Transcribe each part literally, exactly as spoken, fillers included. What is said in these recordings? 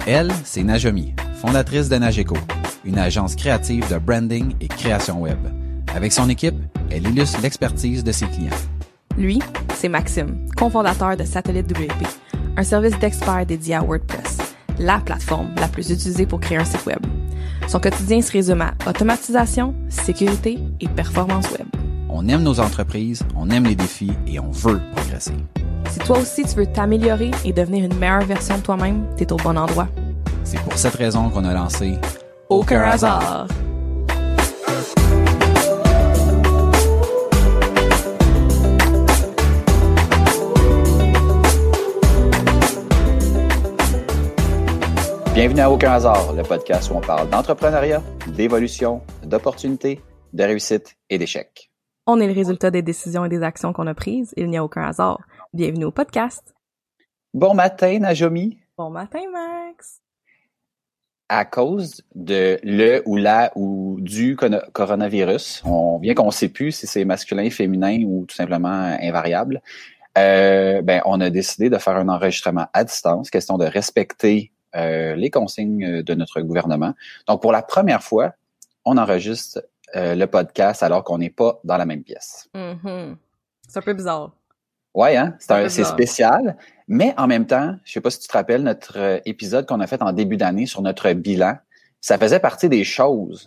Elle, c'est Najomi, fondatrice de Nageco, une agence créative de branding et création web. Avec son équipe, elle illustre l'expertise de ses clients. Lui, c'est Maxime, cofondateur de Satellite W P, un service d'experts dédié à WordPress, la plateforme la plus utilisée pour créer un site web. Son quotidien se résume à automatisation, sécurité et performance web. On aime nos entreprises, on aime les défis et on veut progresser. Si toi aussi tu veux t'améliorer et devenir une meilleure version de toi-même, t'es au bon endroit. C'est pour cette raison qu'on a lancé Aucun hasard. Bienvenue à Aucun hasard, le podcast où on parle d'entrepreneuriat, d'évolution, d'opportunités, de réussite et d'échecs. On est le résultat des décisions et des actions qu'on a prises. Il n'y a aucun hasard. Bienvenue au podcast. Bon matin, Najomi. Bon matin, Max. À cause de le ou la ou du coronavirus, on, bien qu'on ne sait plus si c'est masculin, féminin ou tout simplement invariable, euh, ben on a décidé de faire un enregistrement à distance, question de respecter euh, les consignes de notre gouvernement. Donc, pour la première fois, on enregistre euh, le podcast alors qu'on n'est pas dans la même pièce. Mm-hmm. C'est un peu bizarre. Ouais, hein? C'est, un, c'est spécial. Mais en même temps, je sais pas si tu te rappelles notre épisode qu'on a fait en début d'année sur notre bilan. Ça faisait partie des choses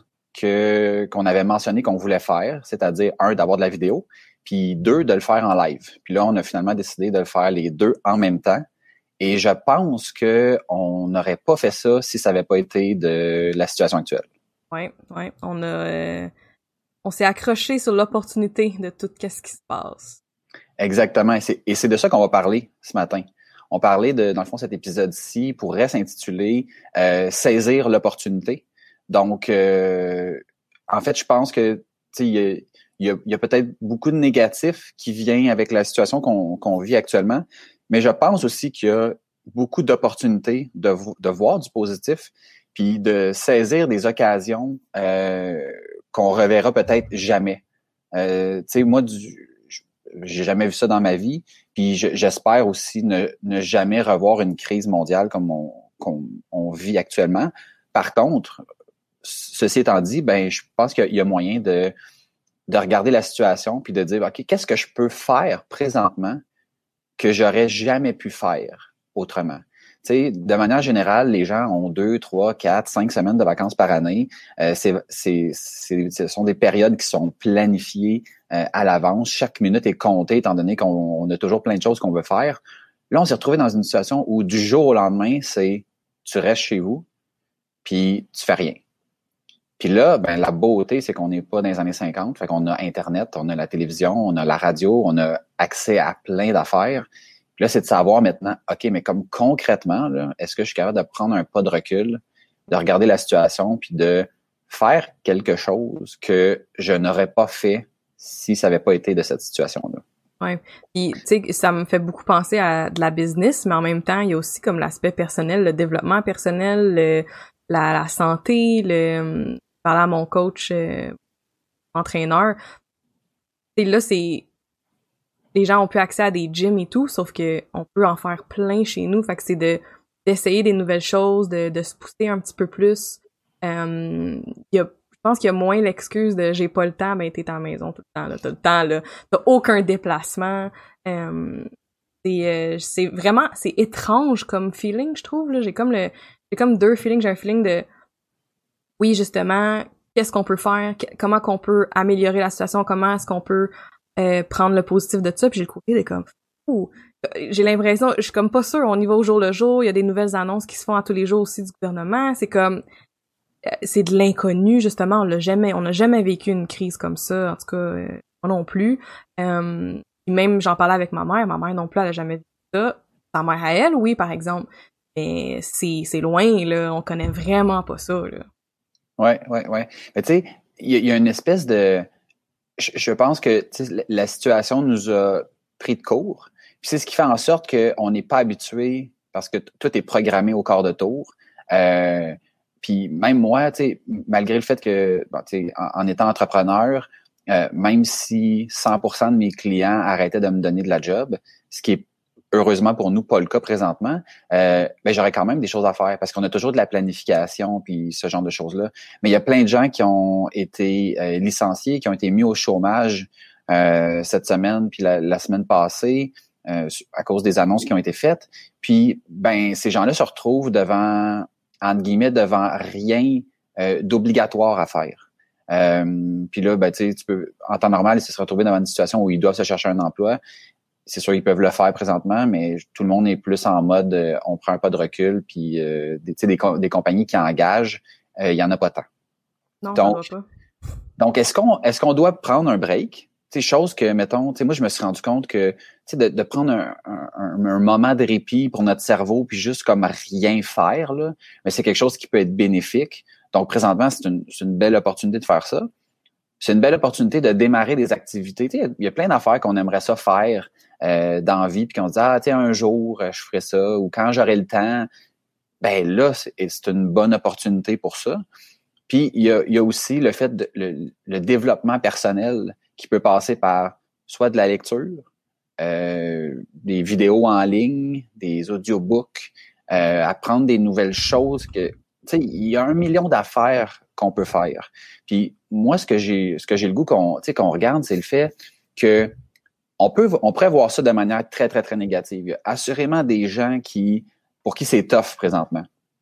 que qu'on avait mentionné qu'on voulait faire, c'est-à-dire un, d'avoir de la vidéo, puis deux, de le faire en live. Puis là, on a finalement décidé de le faire les deux en même temps. Et je pense que on n'aurait pas fait ça si ça n'avait pas été de la situation actuelle. Oui, oui. On a euh, on s'est accroché sur l'opportunité de tout ce qui se passe. Exactement. Et c'est, et c'est de ça qu'on va parler ce matin. On parlait de, dans le fond, cet épisode-ci pourrait s'intituler euh, « Saisir l'opportunité ». Donc, euh, en fait, je pense que, tu sais, il y a, il y a, il y a peut-être beaucoup de négatifs qui viennent avec la situation qu'on, qu'on vit actuellement, mais je pense aussi qu'il y a beaucoup d'opportunités de, de voir du positif, puis de saisir des occasions euh, qu'on reverra peut-être jamais. Euh, tu sais, moi, du j'ai jamais vu ça dans ma vie, puis je, j'espère aussi ne, ne jamais revoir une crise mondiale comme on, qu'on on vit actuellement. Par contre, ceci étant dit, ben je pense qu'il y a moyen de de regarder la situation puis de dire ok, qu'est-ce que je peux faire présentement que j'aurais jamais pu faire autrement. Tu sais, de manière générale, les gens ont deux, trois, quatre, cinq semaines de vacances par année. Euh, c'est, c'est, c'est, ce sont des périodes qui sont planifiées euh, à l'avance. Chaque minute est comptée, étant donné qu'on on a toujours plein de choses qu'on veut faire. Là, on s'est retrouvé dans une situation où du jour au lendemain, c'est tu restes chez vous, puis tu fais rien. Puis là, ben la beauté, c'est qu'on n'est pas dans les années cinquante. Fait qu'on a Internet, on a la télévision, on a la radio, on a accès à plein d'affaires. Là, c'est de savoir maintenant, OK, mais comme concrètement, là, est-ce que je suis capable de prendre un pas de recul, de regarder la situation, puis de faire quelque chose que je n'aurais pas fait si ça n'avait pas été de cette situation-là. Ouais. Puis, tu sais, ça me fait beaucoup penser à de la business, mais en même temps, il y a aussi comme l'aspect personnel, le développement personnel, le, la, la santé, le parler à mon coach euh, entraîneur. Et là, c'est les gens ont plus accès à des gyms et tout, sauf que on peut en faire plein chez nous. Fait que c'est de d'essayer des nouvelles choses, de, de se pousser un petit peu plus. Euh, y a, je pense qu'il y a moins l'excuse de j'ai pas le temps, ben t'es à la maison tout le temps, là, t'as le temps, là, t'as aucun déplacement. Euh, c'est, euh, c'est vraiment, c'est étrange comme feeling, je trouve. Là. J'ai comme le, j'ai comme deux feelings. J'ai un feeling de oui, justement, qu'est-ce qu'on peut faire, comment qu'on peut améliorer la situation, comment est-ce qu'on peut Euh, prendre le positif de ça, puis j'ai le côté de comme ouh, j'ai l'impression, je suis comme pas sûre, on y va au jour le jour, il y a des nouvelles annonces qui se font à tous les jours aussi du gouvernement, c'est comme euh, c'est de l'inconnu justement, on l'a jamais on n'a jamais vécu une crise comme ça, en tout cas euh, moi non plus. Euh, même j'en parlais avec ma mère, ma mère non plus elle a jamais vu ça. Sa mère à elle, oui par exemple, mais c'est c'est loin là, on connaît vraiment pas ça là. Ouais, ouais, ouais. Mais tu sais, il y, y a une espèce de Je pense que la situation nous a pris de court. Puis c'est ce qui fait en sorte qu'on n'est pas habitué parce que t- tout est programmé au quart de tour. Euh, puis même moi, malgré le fait que, bon, en, en étant entrepreneur, euh, même si cent pour cent de mes clients arrêtaient de me donner de la job, ce qui est heureusement pour nous, pas le cas présentement, euh, ben j'aurais quand même des choses à faire parce qu'on a toujours de la planification puis ce genre de choses-là. Mais il y a plein de gens qui ont été euh, licenciés, qui ont été mis au chômage euh, cette semaine puis la, la semaine passée euh, à cause des annonces qui ont été faites. Puis, ben ces gens-là se retrouvent devant, entre guillemets, devant rien euh, d'obligatoire à faire. Euh, puis là, ben tu sais, tu peux, en temps normal, ils se retrouvent devant une situation où ils doivent se chercher un emploi. C'est sûr, ils peuvent le faire présentement, mais tout le monde est plus en mode euh, on prend un pas de recul, puis euh, des, des, des compagnies qui engagent, euh, il y en a pas tant. Non, donc, ça doit pas. Donc, est-ce qu'on est-ce qu'on doit prendre un break? Tu sais, chose que, mettons, tu sais, moi, je me suis rendu compte que, tu sais, de, de prendre un, un, un moment de répit pour notre cerveau, puis juste comme rien faire, là, mais c'est quelque chose qui peut être bénéfique. Donc, présentement, c'est une, c'est une belle opportunité de faire ça. C'est une belle opportunité de démarrer des activités. Tu sais, il y a plein d'affaires qu'on aimerait ça faire euh, dans la vie, puis qu'on dit ah tiens un jour je ferai ça ou quand j'aurai le temps. Ben là c'est, c'est une bonne opportunité pour ça. Puis il y a, il y a aussi le fait de le, le développement personnel qui peut passer par soit de la lecture, euh, des vidéos en ligne, des audiobooks, euh, apprendre des nouvelles choses que tu sais il y a un million d'affaires qu'on peut faire. Puis moi ce que j'ai ce que j'ai le goût qu'on tu sais qu'on regarde c'est le fait que On peut, on pourrait voir ça de manière très, très, très négative. Il y a assurément des gens qui, pour qui c'est tough présentement.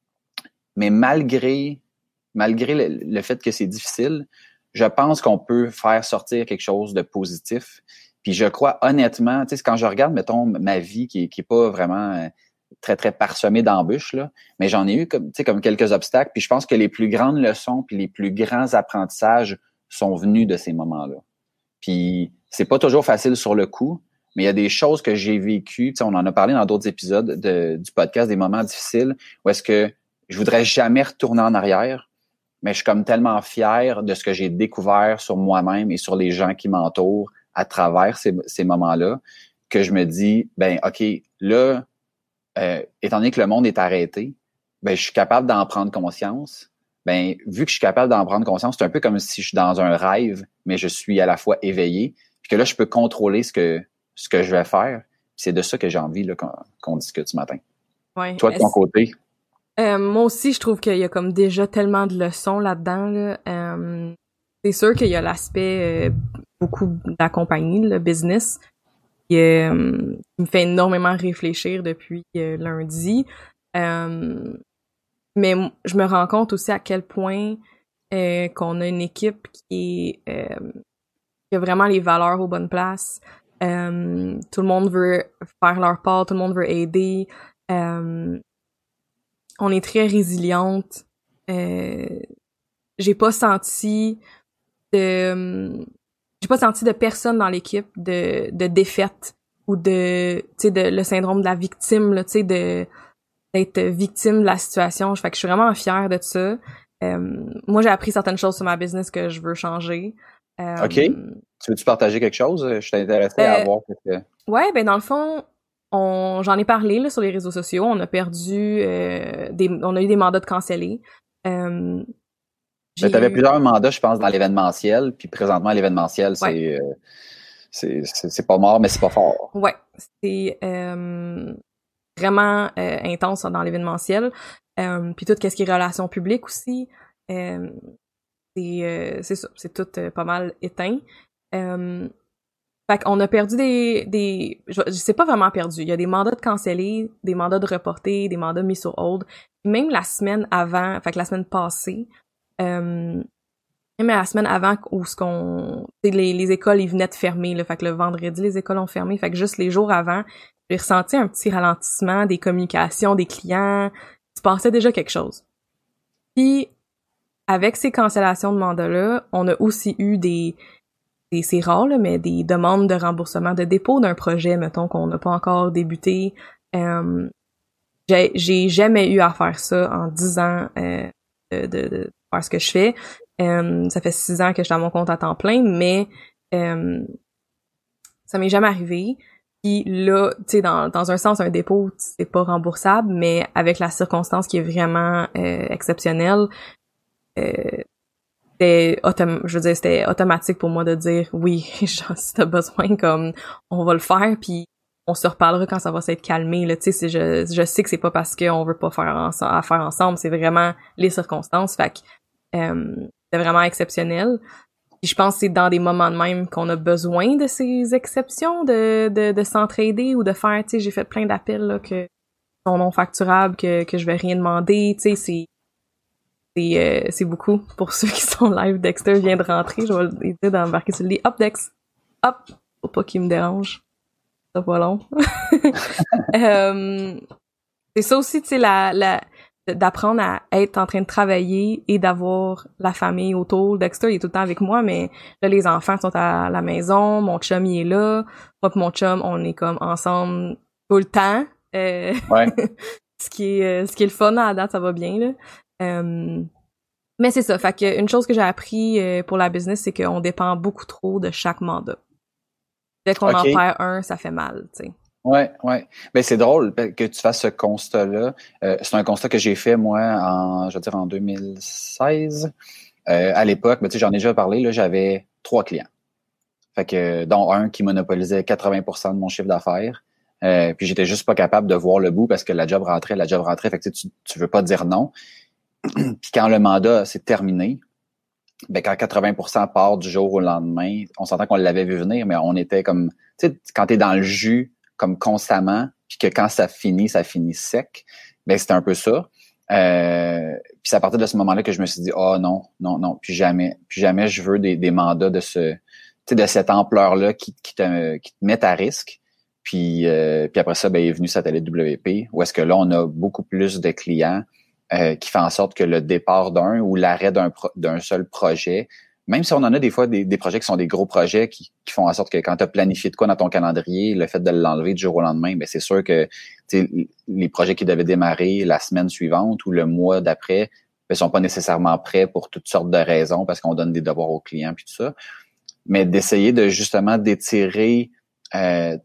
Mais malgré, malgré le, le fait que c'est difficile, je pense qu'on peut faire sortir quelque chose de positif. Puis je crois honnêtement, tu sais, quand je regarde, mettons, ma vie qui, qui est pas vraiment très, très parsemée d'embûches, là, mais j'en ai eu comme, tu sais, comme quelques obstacles. Puis je pense que les plus grandes leçons puis les plus grands apprentissages sont venus de ces moments-là. Puis c'est pas toujours facile sur le coup, mais il y a des choses que j'ai vécues. Tu sais, on en a parlé dans d'autres épisodes de, du podcast, des moments difficiles, où est-ce que je voudrais jamais retourner en arrière, mais je suis comme tellement fier de ce que j'ai découvert sur moi-même et sur les gens qui m'entourent à travers ces, ces moments-là, que je me dis, ben ok, là, euh, étant donné que le monde est arrêté, ben je suis capable d'en prendre conscience. Ben vu que je suis capable d'en prendre conscience, c'est un peu comme si je suis dans un rêve, mais je suis à la fois éveillé, puis que là, je peux contrôler ce que ce que je vais faire. C'est de ça que j'ai envie là, qu'on, qu'on discute ce matin. Ouais. Toi, de ton côté? Euh, moi aussi, je trouve qu'il y a comme déjà tellement de leçons là-dedans. Là. Euh, c'est sûr qu'il y a l'aspect euh, beaucoup d'accompagner, le business, qui, euh, qui me fait énormément réfléchir depuis euh, lundi. Euh, mais je me rends compte aussi à quel point euh, qu'on a une équipe qui est euh, qui a vraiment les valeurs aux bonnes places. Euh, tout le monde veut faire leur part, tout le monde veut aider. Euh, on est très résiliente. Euh, j'ai pas senti de j'ai pas senti de personne dans l'équipe de de défaite ou de tu sais de le syndrome de la victime là, tu sais de d'être victime de la situation. Fait que je suis vraiment fière de ça. Euh, moi j'ai appris certaines choses sur ma business que je veux changer. Euh, OK. Tu veux-tu partager quelque chose? Je suis intéressée euh, à voir. Que... Ouais, ben dans le fond, on, j'en ai parlé là, sur les réseaux sociaux. On a perdu euh, des, on a eu des mandats de cancellés. Euh, tu avais eu... plusieurs mandats, je pense, dans l'événementiel. Puis présentement, l'événementiel, c'est, ouais. euh, c'est, c'est, c'est pas mort, mais c'est pas fort. Ouais, c'est euh, vraiment euh, intense dans l'événementiel. Euh, puis tout ce qui est relations publiques aussi. Euh, c'est, euh, c'est ça, c'est tout euh, pas mal éteint. Euh, fait qu'on a perdu des, des, je, je sais pas vraiment perdu. Il y a des mandats de cancellés, des mandats de reportés, des mandats mis sur hold. Même la semaine avant, fait que la semaine passée, euh, même la semaine avant où ce qu'on, les, les écoles ils venaient de fermer, là, fait que le vendredi les écoles ont fermé, fait que juste les jours avant, j'ai ressenti un petit ralentissement des communications des clients. Il se passait déjà quelque chose. Puis avec ces cancellations de mandats-là, on a aussi eu des, des c'est rare, là, mais des demandes de remboursement de dépôt d'un projet, mettons, qu'on n'a pas encore débuté. Euh, j'ai, j'ai jamais eu à faire ça en dix ans euh, de, de, de faire ce que je fais. Euh, ça fait six ans que je suis à mon compte à temps plein, mais euh, ça m'est jamais arrivé. Puis là, tu sais, dans, dans un sens, un dépôt, c'est pas remboursable, mais avec la circonstance qui est vraiment euh, exceptionnelle, Euh, c'était autom- je veux dire c'était automatique pour moi de dire oui, genre si t'as besoin comme on va le faire, puis on se reparlera quand ça va s'être calmé, là, tu sais, je, je sais que c'est pas parce qu'on veut pas faire ensemble, affaire ensemble, c'est vraiment les circonstances, fait que, euh, c'est vraiment exceptionnel. Puis je pense que c'est dans des moments de même qu'on a besoin de ces exceptions, de, de, de s'entraider ou de faire, tu sais, j'ai fait plein d'appels, là, que sont non facturables, que, que je vais rien demander, tu sais, c'est, c'est, euh, c'est beaucoup. Pour ceux qui sont live, Dexter vient de rentrer, je vais lui dire d'embarquer sur le lit. Hop, Dex! Hop! Faut pas qu'il me dérange. Ça pas long. euh, c'est ça aussi, tu sais, la, la, d'apprendre à être en train de travailler et d'avoir la famille autour. Dexter, il est tout le temps avec moi, mais là, les enfants sont à la maison, mon chum, il est là. Moi pis mon chum, on est comme ensemble tout le temps. Euh, ouais. ce qui est, ce qui est le fun à la date, ça va bien, là. Euh, mais c'est ça. Fait que une chose que j'ai appris euh, pour la business, c'est qu'on dépend beaucoup trop de chaque mandat. Dès qu'on okay. en perd un, ça fait mal, tu sais. Ouais, ouais. Ben c'est drôle que tu fasses ce constat-là. Euh, c'est un constat que j'ai fait moi en, je veux dire en deux mille seize. Euh, à l'époque, ben tu sais, j'en ai déjà parlé. Là, j'avais trois clients. Fait que dont un qui monopolisait quatre-vingts pour cent de mon chiffre d'affaires. Euh, puis j'étais juste pas capable de voir le bout parce que la job rentrait, la job rentrait. Fait que tu tu veux pas dire non. Puis quand le mandat s'est terminé, ben quand quatre-vingts pour cent part du jour au lendemain, on s'entend qu'on l'avait vu venir, mais on était comme, tu sais, quand t'es dans le jus comme constamment, puis que quand ça finit, ça finit sec, ben c'était un peu ça. Euh, puis c'est à partir de ce moment-là que je me suis dit, oh non, non, non, puis jamais, puis jamais je veux des, des mandats de ce, tu sais, de cette ampleur-là qui, qui te, qui te mettent à risque. Puis, euh, puis après ça, ben est venu Satellite W P, où est-ce que là on a beaucoup plus de clients. Euh, qui fait en sorte que le départ d'un ou l'arrêt d'un pro- d'un seul projet, même si on en a des fois des, des projets qui sont des gros projets qui, qui font en sorte que quand tu as planifié de quoi dans ton calendrier, le fait de l'enlever du jour au lendemain, ben c'est sûr que les projets qui devaient démarrer la semaine suivante ou le mois d'après ne sont pas nécessairement prêts pour toutes sortes de raisons parce qu'on donne des devoirs aux clients puis tout ça. Mais d'essayer de justement d'étirer, euh,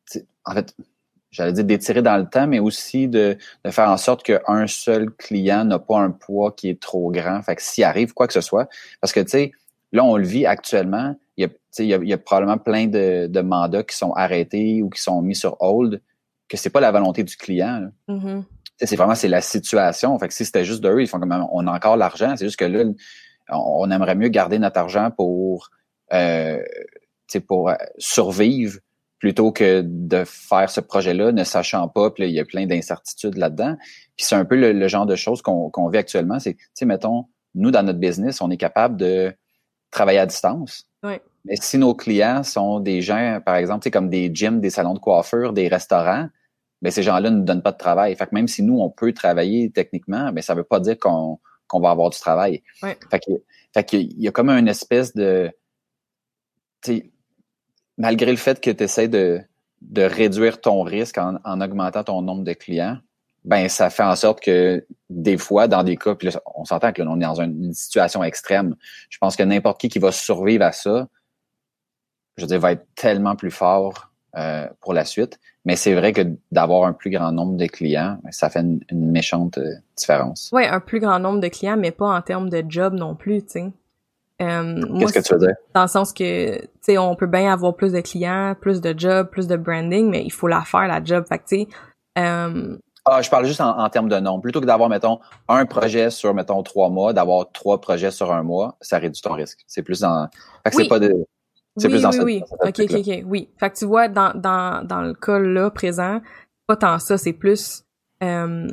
en fait, j'allais dire d'étirer dans le temps, mais aussi de, de faire en sorte qu'un seul client n'a pas un poids qui est trop grand. Fait que s'il arrive quoi que ce soit, parce que, tu sais, là, on le vit actuellement, il y a, tu sais, il y a, il y a probablement plein de, de mandats qui sont arrêtés ou qui sont mis sur hold, que c'est pas la volonté du client. Mm-hmm. C'est vraiment, c'est la situation. Fait que si c'était juste d'eux, ils font comme, on a encore l'argent. C'est juste que là, on aimerait mieux garder notre argent pour, euh, tu sais, pour survivre, plutôt que de faire ce projet-là, ne sachant pas, puis là, il y a plein d'incertitudes là-dedans. Puis c'est un peu le, le genre de choses qu'on, qu'on vit actuellement. C'est, tu sais, mettons, nous, dans notre business, on est capable de travailler à distance. Oui. Mais si nos clients sont des gens, par exemple, tu sais, comme des gyms, des salons de coiffure, des restaurants, ben ces gens-là ne nous donnent pas de travail. Fait que même si nous, on peut travailler techniquement, ben ça veut pas dire qu'on, qu'on va avoir du travail. Oui. Fait que, fait qu'il y a comme une espèce de, tu sais, malgré le fait que tu essaies de, de réduire ton risque en, en augmentant ton nombre de clients, ben ça fait en sorte que des fois, dans des cas, puis là, on s'entend que là, on est dans une situation extrême. Je pense que n'importe qui qui va survivre à ça, je veux dire, va être tellement plus fort euh, pour la suite. Mais c'est vrai que d'avoir un plus grand nombre de clients, ça fait une, une méchante euh, différence. Oui, un plus grand nombre de clients, mais pas en termes de job non plus, tu sais. Euh, Qu'est-ce moi, que tu veux dire? Dans le sens que, tu sais, on peut bien avoir plus de clients, plus de jobs, plus de branding, mais il faut la faire, la job. Fait que, tu sais... Euh... Ah, je parle juste en, en termes de nombre. Plutôt que d'avoir, mettons, un projet sur, mettons, trois mois, d'avoir trois projets sur un mois, ça réduit ton risque. C'est plus dans... Fait que oui. c'est pas de... C'est oui, plus dans oui, cette, oui. dans cette OK, OK, OK. Oui. Fait que tu vois, dans, dans, dans le cas là, présent, pas tant ça, c'est plus... Euh,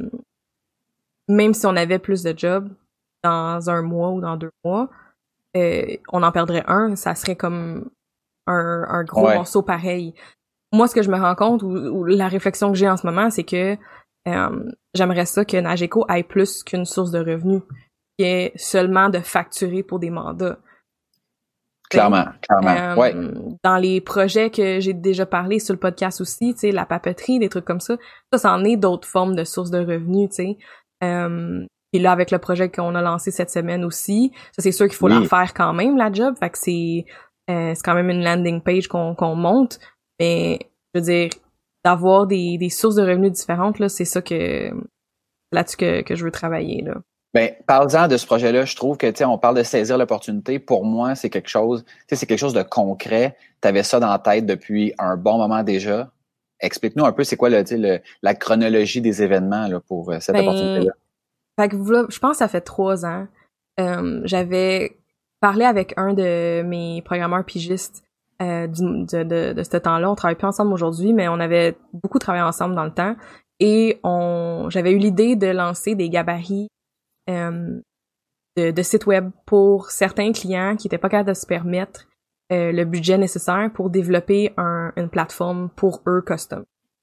même si on avait plus de jobs dans un mois ou dans deux mois, euh, on en perdrait un, ça serait comme un, un gros ouais. morceau pareil. Moi, ce que je me rends compte, ou, ou la réflexion que j'ai en ce moment, c'est que euh, j'aimerais ça que Nageco ait plus qu'une source de revenus, qui est seulement de facturer pour des mandats. Clairement, clairement, euh, ouais. Dans les projets que j'ai déjà parlé sur le podcast aussi, tu sais, la papeterie, des trucs comme ça, ça, c'en est d'autres formes de sources de revenus, tu sais. Euh, et là, avec le projet qu'on a lancé cette semaine aussi, ça, c'est sûr qu'il faut oui. la faire quand même, la job, fait que c'est, euh, c'est quand même une landing page qu'on, qu'on monte, mais, je veux dire, d'avoir des, des sources de revenus différentes, là, c'est ça que, là-dessus que, que je veux travailler, là. Ben, parle-en de ce projet-là, je trouve que, tu sais, on parle de saisir l'opportunité. Pour moi, c'est quelque chose, tu sais, c'est quelque chose de concret. Tu avais ça dans la tête depuis un bon moment déjà. explique-nous un peu c'est quoi le, le, la chronologie des événements là, pour euh, cette ben, opportunité-là. Fait que là, je pense que ça fait trois ans. Euh, j'avais parlé avec un de mes programmeurs pigistes euh, du, de, de, de ce temps-là. On travaille plus ensemble aujourd'hui, mais on avait beaucoup travaillé ensemble dans le temps. Et on, j'avais eu l'idée de lancer des gabarits euh, de, de sites web pour certains clients qui étaient pas capables de se permettre euh, le budget nécessaire pour développer un, une plateforme pour eux custom.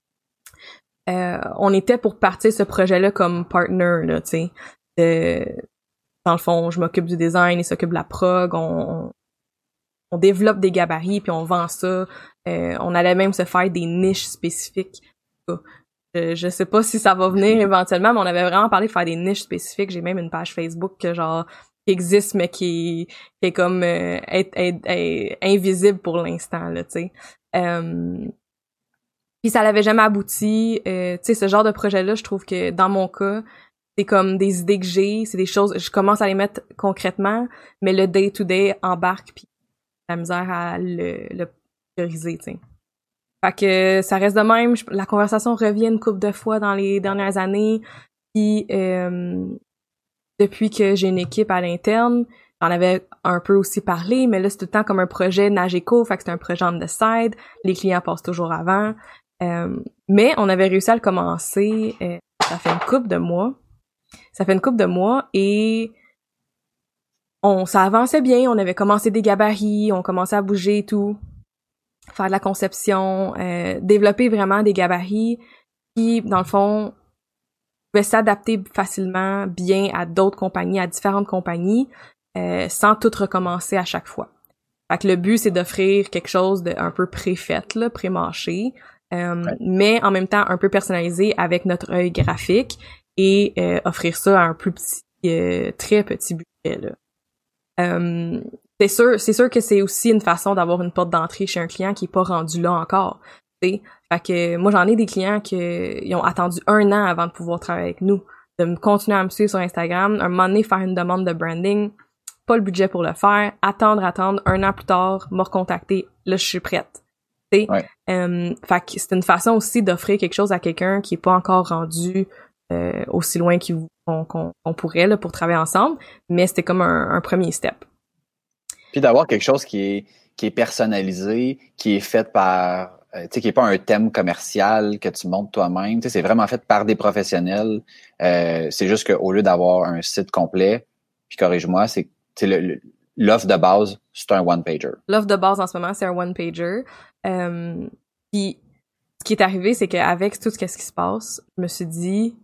Euh, on était pour partir ce projet-là comme partner, là, tu sais. Euh, dans le fond, je m'occupe du design, il s'occupe de la prog, on, on développe des gabarits, puis on vend ça. Euh, on allait même se faire des niches spécifiques. Je, je sais pas si ça va venir éventuellement, mais on avait vraiment parlé de faire des niches spécifiques. J'ai même une page Facebook que, genre, qui existe, mais qui, qui est comme euh, est, est, est invisible pour l'instant, là, tu sais. Euh, Puis ça l'avait jamais abouti. Euh, tu sais, ce genre de projet-là, je trouve que dans mon cas, c'est comme des idées que j'ai, c'est des choses, je commence à les mettre concrètement, mais le day-to-day embarque puis la misère à le, le prioriser, tu sais. Fait que ça reste de même. Je, la conversation revient une couple de fois dans les dernières années. Puis euh, depuis que j'ai une équipe à l'interne, j'en avais un peu aussi parlé, mais là, c'est tout le temps comme un projet Nageco, fait que c'est un projet on the side. Les clients passent toujours avant. Euh, mais on avait réussi à le commencer, euh, ça fait une couple de mois. Ça fait une couple de mois et on ça avançait bien, on avait commencé des gabarits, on commençait à bouger et tout, faire de la conception, euh, développer vraiment des gabarits qui, dans le fond, pouvaient s'adapter facilement bien à d'autres compagnies, à différentes compagnies, euh, sans tout recommencer à chaque fois. Fait que le but, c'est d'offrir quelque chose de un peu pré-fait, là, pré-mâché, euh, ouais. mais en même temps un peu personnalisé avec notre œil graphique et euh, offrir ça à un plus petit, euh, très petit budget, là. Euh, c'est sûr, c'est sûr que c'est aussi une façon d'avoir une porte d'entrée chez un client qui est pas rendu là encore, t'sais. Fait que moi, j'en ai des clients qui ils ont attendu un an avant de pouvoir travailler avec nous, de me continuer à me suivre sur Instagram, un moment donné faire une demande de branding, pas le budget pour le faire, attendre, attendre, un an plus tard, me recontacter, là, je suis prête. T'sais. Ouais. Euh, fait que c'est une façon aussi d'offrir quelque chose à quelqu'un qui est pas encore rendu Euh, aussi loin qu'on, qu'on, qu'on pourrait là, pour travailler ensemble, mais c'était comme un, un premier step. Puis d'avoir quelque chose qui est qui est personnalisé, qui est fait par, euh, tu sais, qui est pas un thème commercial que tu montes toi-même, tu sais, c'est vraiment fait par des professionnels. Euh, c'est juste qu'au lieu d'avoir un site complet, puis corrige-moi, c'est, tu sais, le, le, l'offre de base, c'est un one-pager. L'offre de base en ce moment, c'est un one-pager. Euh, puis ce qui est arrivé, c'est qu'avec tout ce qui se passe, je me suis dit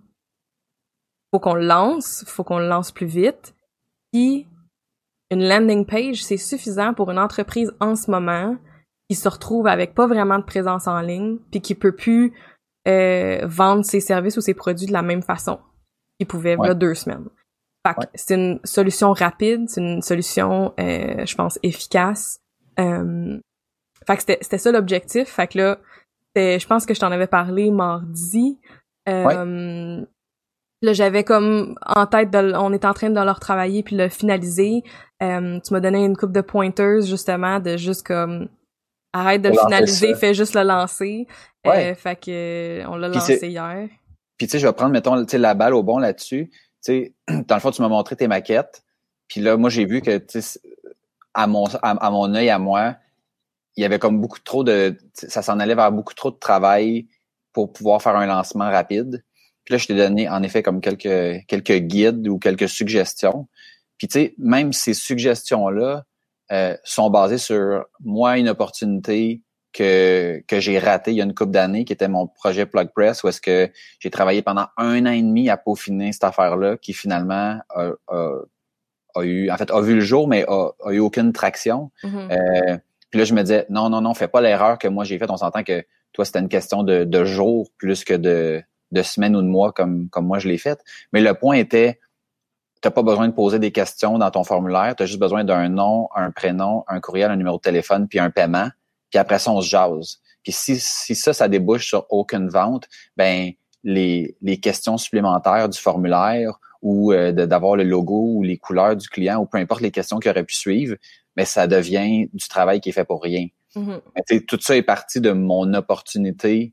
faut qu'on le lance, faut qu'on le lance plus vite. Puis une landing page, c'est suffisant pour une entreprise en ce moment qui se retrouve avec pas vraiment de présence en ligne, puis qui peut plus euh, vendre ses services ou ses produits de la même façon qu'il pouvait ouais. il y a deux semaines. Fait que ouais. c'est une solution rapide, c'est une solution, euh, je pense, efficace. Euh, fait que c'était, c'était ça l'objectif. Fait que là, je pense que je t'en avais parlé mardi. Euh, ouais. Là, j'avais comme en tête, de, on est en train de le retravailler puis le finaliser. Euh, tu m'as donné une couple de pointers, justement, de juste comme arrête de le finaliser, fais juste le lancer. Ouais. Euh, fait que on l'a puis lancé hier. Puis tu sais, je vais prendre, mettons, tu sais, la balle au bon là-dessus. Tu sais, dans le fond, tu m'as montré tes maquettes. Puis là, moi, j'ai vu que, tu sais, à mon, à, à mon œil, à moi, il y avait comme beaucoup trop de, ça s'en allait vers beaucoup trop de travail pour pouvoir faire un lancement rapide. Puis là, je t'ai donné, en effet, comme quelques quelques guides ou quelques suggestions. Puis tu sais, même ces suggestions-là euh, sont basées sur, moi, une opportunité que que j'ai ratée il y a une couple d'années, qui était mon projet PlugPress, où est-ce que j'ai travaillé pendant un an et demi à peaufiner cette affaire-là, qui finalement a, a, a eu, en fait, a vu le jour, mais a, a eu aucune traction. Mm-hmm. Euh, puis là, je me disais, non, non, non, fais pas l'erreur que moi j'ai faite. On s'entend que toi, c'était une question de, de jours plus que de de semaines ou de mois comme comme moi je l'ai fait. Mais le point était, t'as pas besoin de poser des questions dans ton formulaire, t'as juste besoin d'un nom, un prénom, un courriel, un numéro de téléphone, puis un paiement, puis après ça, on se jase. Puis si si ça, ça débouche sur aucune vente, ben les les questions supplémentaires du formulaire ou euh, de, d'avoir le logo ou les couleurs du client ou peu importe les questions qui auraient pu suivre, mais ça devient du travail qui est fait pour rien. Mm-hmm. Mais, tout ça est parti de mon opportunité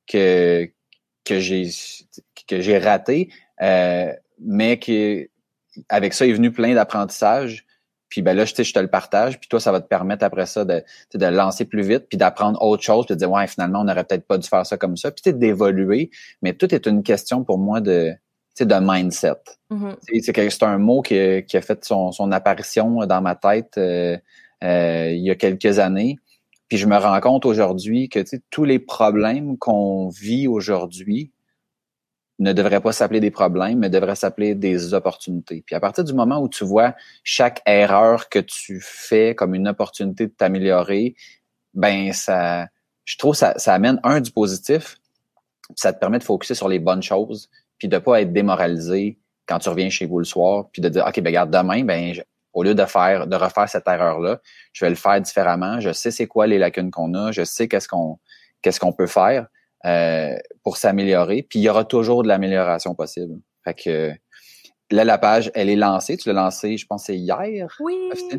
que que j'ai que j'ai raté, euh, mais qui avec ça est venu plein d'apprentissages. Puis ben là, je, je te le partage, puis toi, ça va te permettre après ça de, de lancer plus vite, puis d'apprendre autre chose, puis de dire ouais, finalement, on n'aurait peut-être pas dû faire ça comme ça, puis peut-être d'évoluer. Mais tout est une question pour moi de de mindset. Mm-hmm. C'est, c'est, c'est un mot qui, qui a fait son, son apparition dans ma tête euh, euh, il y a quelques années. Puis je me rends compte aujourd'hui que tous les problèmes qu'on vit aujourd'hui ne devraient pas s'appeler des problèmes, mais devraient s'appeler des opportunités. Puis à partir du moment où tu vois chaque erreur que tu fais comme une opportunité de t'améliorer, ben ça, je trouve ça, ça amène un du positif, puis ça te permet de focusser sur les bonnes choses, puis de pas être démoralisé quand tu reviens chez vous le soir, puis de dire ok ben regarde demain, ben je, au lieu de faire, de refaire cette erreur-là, je vais le faire différemment. Je sais c'est quoi les lacunes qu'on a, je sais qu'est-ce qu'on, qu'est-ce qu'on peut faire. Euh, pour s'améliorer, puis il y aura toujours de l'amélioration possible. Fait que là, la page, elle est lancée. Tu l'as lancée, je pense, c'est hier. Oui.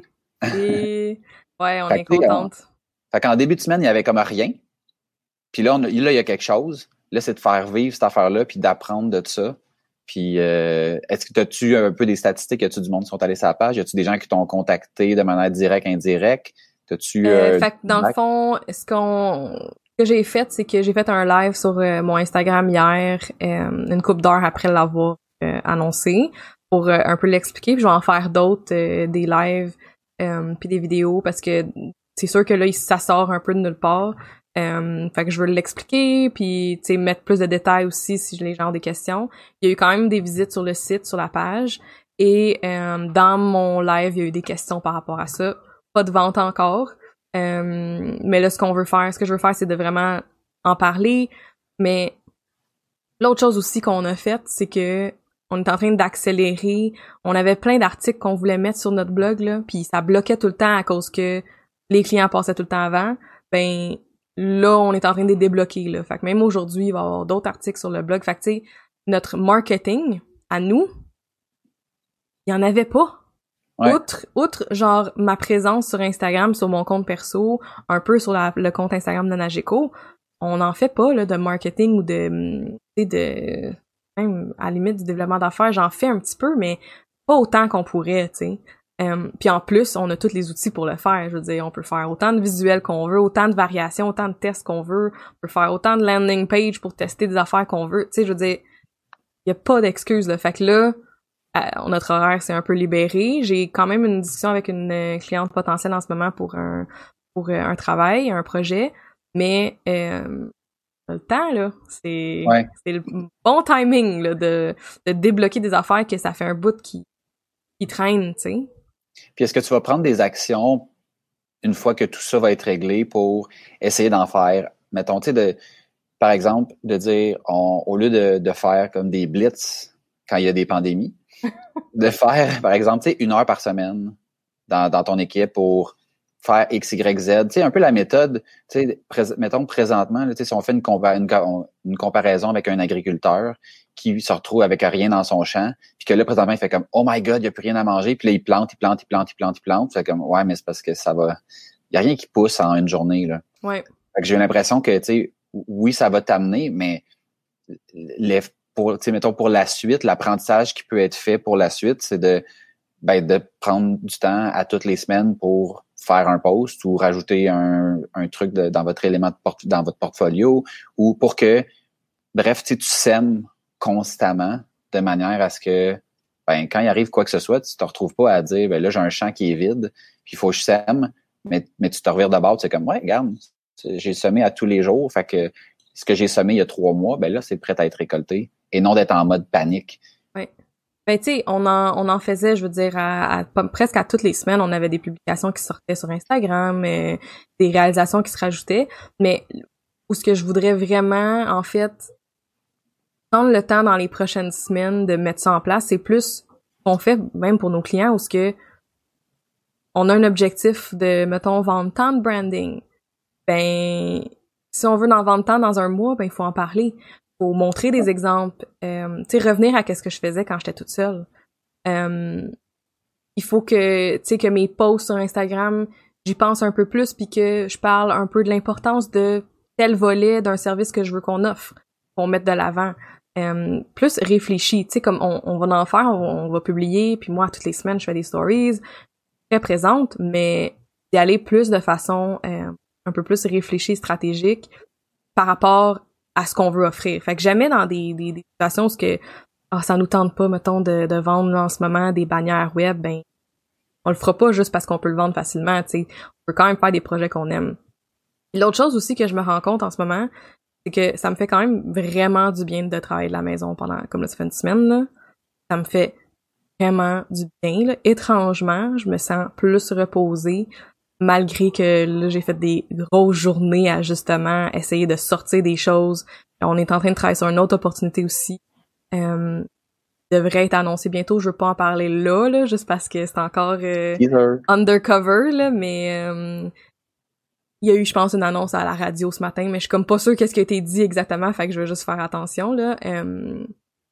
Et ouais, on fait est contente. On, fait qu'en début de semaine, il y avait comme rien. Puis là, on, là, il y a quelque chose. Là, c'est de faire vivre cette affaire-là, puis d'apprendre de ça. Puis, euh, est-ce que as-tu un peu des statistiques? As-tu du monde qui sont allés sur la page? As-tu des gens qui t'ont contacté de manière directe, indirecte? As-tu euh, euh, fait que dans le fond, est-ce qu'on Ce que j'ai fait, c'est que j'ai fait un live sur euh, mon Instagram hier, euh, une couple d'heures après l'avoir euh, annoncé, pour euh, un peu l'expliquer. Puis je vais en faire d'autres, euh, des lives, euh, puis des vidéos, parce que c'est sûr que là, ça sort un peu de nulle part. Euh, fait que je veux l'expliquer, puis tu sais mettre plus de détails aussi si les gens ont des questions. Il y a eu quand même des visites sur le site, sur la page, et euh, dans mon live, il y a eu des questions par rapport à ça. Pas de vente encore. Euh, mais là, ce qu'on veut faire, ce que je veux faire, c'est de vraiment en parler. Mais l'autre chose aussi qu'on a faite, c'est que on est en train d'accélérer. On avait plein d'articles qu'on voulait mettre sur notre blog, là, puis ça bloquait tout le temps à cause que les clients passaient tout le temps avant. Ben là, on est en train de les débloquer, là. Fait que même aujourd'hui, il va y avoir d'autres articles sur le blog. Fait que tu sais, notre marketing, à nous, il y en avait pas. Ouais. Outre, outre, genre, ma présence sur Instagram, sur mon compte perso, un peu sur la, le compte Instagram de Nageco, on n'en fait pas, là, de marketing ou de, tu sais, de, même, à la limite du développement d'affaires, j'en fais un petit peu, mais pas autant qu'on pourrait, tu sais. Um, puis en plus, on a tous les outils pour le faire. Je veux dire, on peut faire autant de visuels qu'on veut, autant de variations, autant de tests qu'on veut. On peut faire autant de landing page pour tester des affaires qu'on veut. Tu sais, je veux dire, il y a pas d'excuses, là. Fait que là, Euh, notre horaire s'est un peu libéré. J'ai quand même une discussion avec une euh, cliente potentielle en ce moment pour un pour euh, un travail, un projet, mais euh, le temps là, c'est ouais. c'est le bon timing là, de de débloquer des affaires que ça fait un bout qui qui traîne, tu sais. Puis est-ce que tu vas prendre des actions une fois que tout ça va être réglé pour essayer d'en faire, mettons, tu sais, de par exemple de dire on, au lieu de de faire comme des blitz quand il y a des pandémies, de faire, par exemple, tu sais, une heure par semaine dans, dans ton équipe pour faire X, Y, Z. Tu sais, un peu la méthode, tu sais, pré- mettons présentement, là, tu sais, si on fait une, compa- une, une comparaison avec un agriculteur qui se retrouve avec rien dans son champ, puis que là, présentement, il fait comme « Oh my God, il n'y a plus rien à manger », puis là, il plante, il plante, il plante, il plante, il plante. Fait comme « Ouais, mais c'est parce que ça va... » Il n'y a rien qui pousse en une journée, là. Ouais. Fait que j'ai l'impression que, tu sais, oui, ça va t'amener, mais les pour, tu sais, mettons, pour la suite, l'apprentissage qui peut être fait pour la suite, c'est de, ben, de prendre du temps à toutes les semaines pour faire un post ou rajouter un, un truc de, dans votre élément de port- dans votre portfolio ou pour que, bref, tu sais, tu sèmes constamment de manière à ce que, ben, quand il arrive quoi que ce soit, tu te retrouves pas à dire, ben là, j'ai un champ qui est vide, puis il faut que je sème, mais, mais tu te revires de bord, tu sais, comme, ouais, regarde, j'ai semé à tous les jours, fait que ce que j'ai semé il y a trois mois, ben là, c'est prêt à être récolté. Et non d'être en mode panique. Oui. Ben, tu sais, on en, on en faisait, je veux dire, à, à, presque à toutes les semaines, on avait des publications qui sortaient sur Instagram, euh, des réalisations qui se rajoutaient. Mais où ce que je voudrais vraiment, en fait, prendre le temps dans les prochaines semaines de mettre ça en place, c'est plus qu'on fait même pour nos clients, où ce que on a un objectif de, mettons, vendre tant de branding. Ben, si on veut en vendre tant dans un mois, ben, il faut en parler. Faut montrer des exemples, euh, tu sais, revenir à qu'est-ce que je faisais quand j'étais toute seule. Euh, il faut que, tu sais, que mes posts sur Instagram, j'y pense un peu plus, puis que je parle un peu de l'importance de tel volet d'un service que je veux qu'on offre, qu'on mette de l'avant. Euh, plus réfléchi, tu sais, comme on, on va en faire, on, on va publier, puis moi, toutes les semaines, je fais des stories, très présente, mais d'y aller plus de façon euh, un peu plus réfléchie, stratégique, par rapport à ce qu'on veut offrir. Fait que jamais dans des, des, des situations où que, oh, ça nous tente pas, mettons, de, de vendre là, en ce moment des bannières web, ben on le fera pas juste parce qu'on peut le vendre facilement, tu sais. On peut quand même faire des projets qu'on aime. Et l'autre chose aussi que je me rends compte en ce moment, c'est que ça me fait quand même vraiment du bien de travailler de la maison pendant, comme là, ça fait une semaine, là. Ça me fait vraiment du bien, là. Étrangement, je me sens plus reposée, malgré que là, j'ai fait des grosses journées à justement essayer de sortir des choses. On est en train de travailler sur une autre opportunité aussi. Euh, devrait être annoncé bientôt. Je veux pas en parler là, là, juste parce que c'est encore euh, undercover, là, mais euh, il y a eu, je pense, une annonce à la radio ce matin, mais je suis comme pas sûre qu'est-ce qui a été dit exactement, fait que je vais juste faire attention, là. Euh,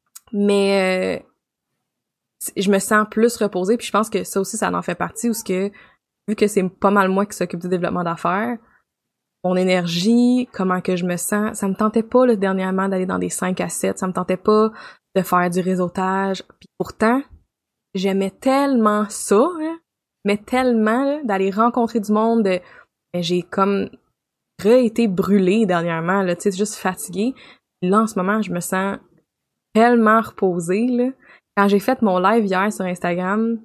mais euh, je me sens plus reposée, puis je pense que ça aussi, ça en fait partie, où ce que, vu que c'est pas mal moi qui s'occupe du développement d'affaires, mon énergie, comment que je me sens, ça me tentait pas, là, dernièrement, d'aller dans des cinq à sept, ça me tentait pas de faire du réseautage, puis pourtant, j'aimais tellement ça, hein, mais tellement, là, d'aller rencontrer du monde, de j'ai comme ré-été brûlée dernièrement, là, tu sais, juste fatiguée. Là, en ce moment, je me sens tellement reposée, là. Quand j'ai fait mon live hier sur Instagram,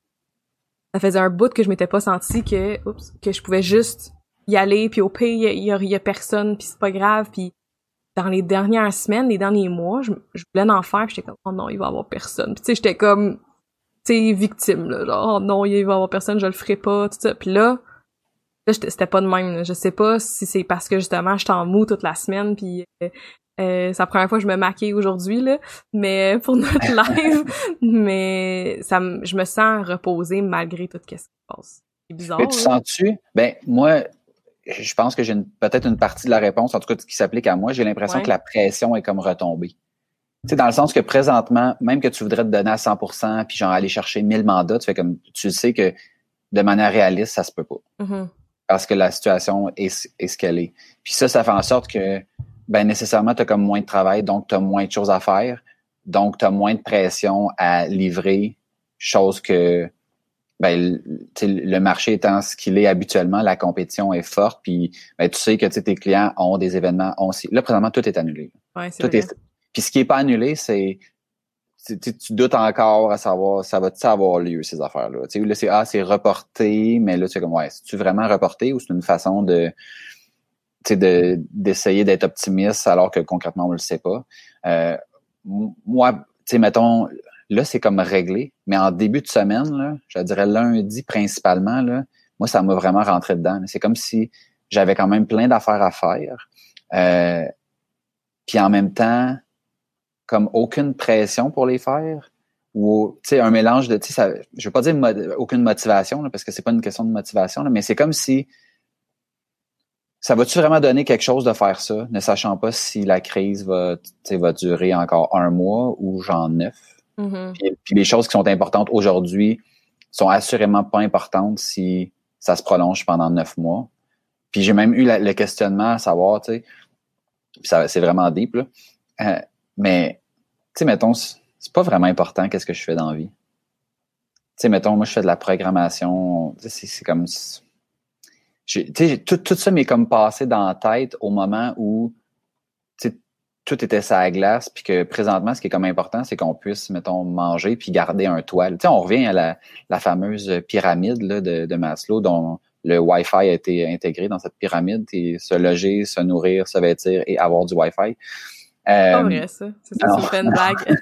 ça faisait un bout que je m'étais pas sentie que, oups, que je pouvais juste y aller, puis au pire, il y, y, y a personne, puis c'est pas grave, puis dans les dernières semaines, les derniers mois, je, je voulais en faire, puis j'étais comme, oh non, il va y avoir personne. Puis tu sais, j'étais comme, tu sais, victime, là, genre, oh non, il va y avoir personne, je le ferai pas, tout ça. Puis là, là, c'était pas de même, là. Je sais pas si c'est parce que, justement, j'étais en mou toute la semaine, puis euh, euh, c'est la première fois que je me maquille aujourd'hui, là, mais pour notre live, mais ça me, je me sens reposée malgré tout ce qui se passe. C'est bizarre. Mais tu là. sens-tu? Ben, moi, je pense que j'ai une, peut-être une partie de la réponse, en tout cas, qui s'applique à moi. J'ai l'impression Ouais. que la pression est comme retombée. Tu sais, dans le sens que présentement, même que tu voudrais te donner à cent pour cent, puis genre aller chercher mille mandats, tu fais comme, tu sais que de manière réaliste, ça se peut pas. Mm-hmm. Parce que la situation est, est ce qu'elle est. Puis ça, ça fait en sorte que, ben, nécessairement, tu as comme moins de travail, donc tu as moins de choses à faire. Donc, tu as moins de pression à livrer, chose que, ben, le marché étant ce qu'il est habituellement, la compétition est forte, puis ben, tu sais que tes clients ont des événements, ont aussi. Là, présentement, tout est annulé. Ouais, c'est tout vrai. est. Puis ce qui est pas annulé, c'est tu, tu doutes encore à savoir ça va-tu avoir lieu, ces affaires-là. Tu sais, là, c'est ah, c'est reporté, mais là, tu sais comme ouais, c'est-tu vraiment reporté ou c'est une façon de tu sais, de d'essayer d'être optimiste alors que concrètement on le sait pas. Euh, moi, tu sais, mettons. Là, c'est comme réglé, mais en début de semaine, là, je dirais lundi principalement, là, moi, ça m'a vraiment rentré dedans. C'est comme si j'avais quand même plein d'affaires à faire. Euh, puis en même temps, comme aucune pression pour les faire, ou tu sais, un mélange de, tu sais, ça, je veux pas dire mo- aucune motivation, là, parce que c'est pas une question de motivation, là, mais c'est comme si ça va-tu vraiment donner quelque chose de faire ça, ne sachant pas si la crise va, tu sais, va durer encore un mois ou genre neuf. Mm-hmm. Puis, puis les choses qui sont importantes aujourd'hui sont assurément pas importantes si ça se prolonge pendant neuf mois. Puis j'ai même eu la, le questionnement à savoir, tu sais, puis ça, c'est vraiment deep, là. Euh, mais, tu sais, mettons, c'est, c'est pas vraiment important qu'est-ce que je fais dans la vie. Tu sais, mettons, moi, je fais de la programmation. Tu sais, c'est, c'est comme... Tu sais, tout, tout ça m'est comme passé dans la tête au moment où, tu sais, tout était sur la glace, puis que présentement, ce qui est comme important, c'est qu'on puisse, mettons, manger puis garder un toit. Tu sais, on revient à la, la fameuse pyramide là, de, de Maslow, dont le Wi-Fi a été intégré dans cette pyramide, et se loger, se nourrir, se vêtir et avoir du Wi-Fi. Euh, c'est pas vrai, ça. C'est ça, non, tu me fais une blague.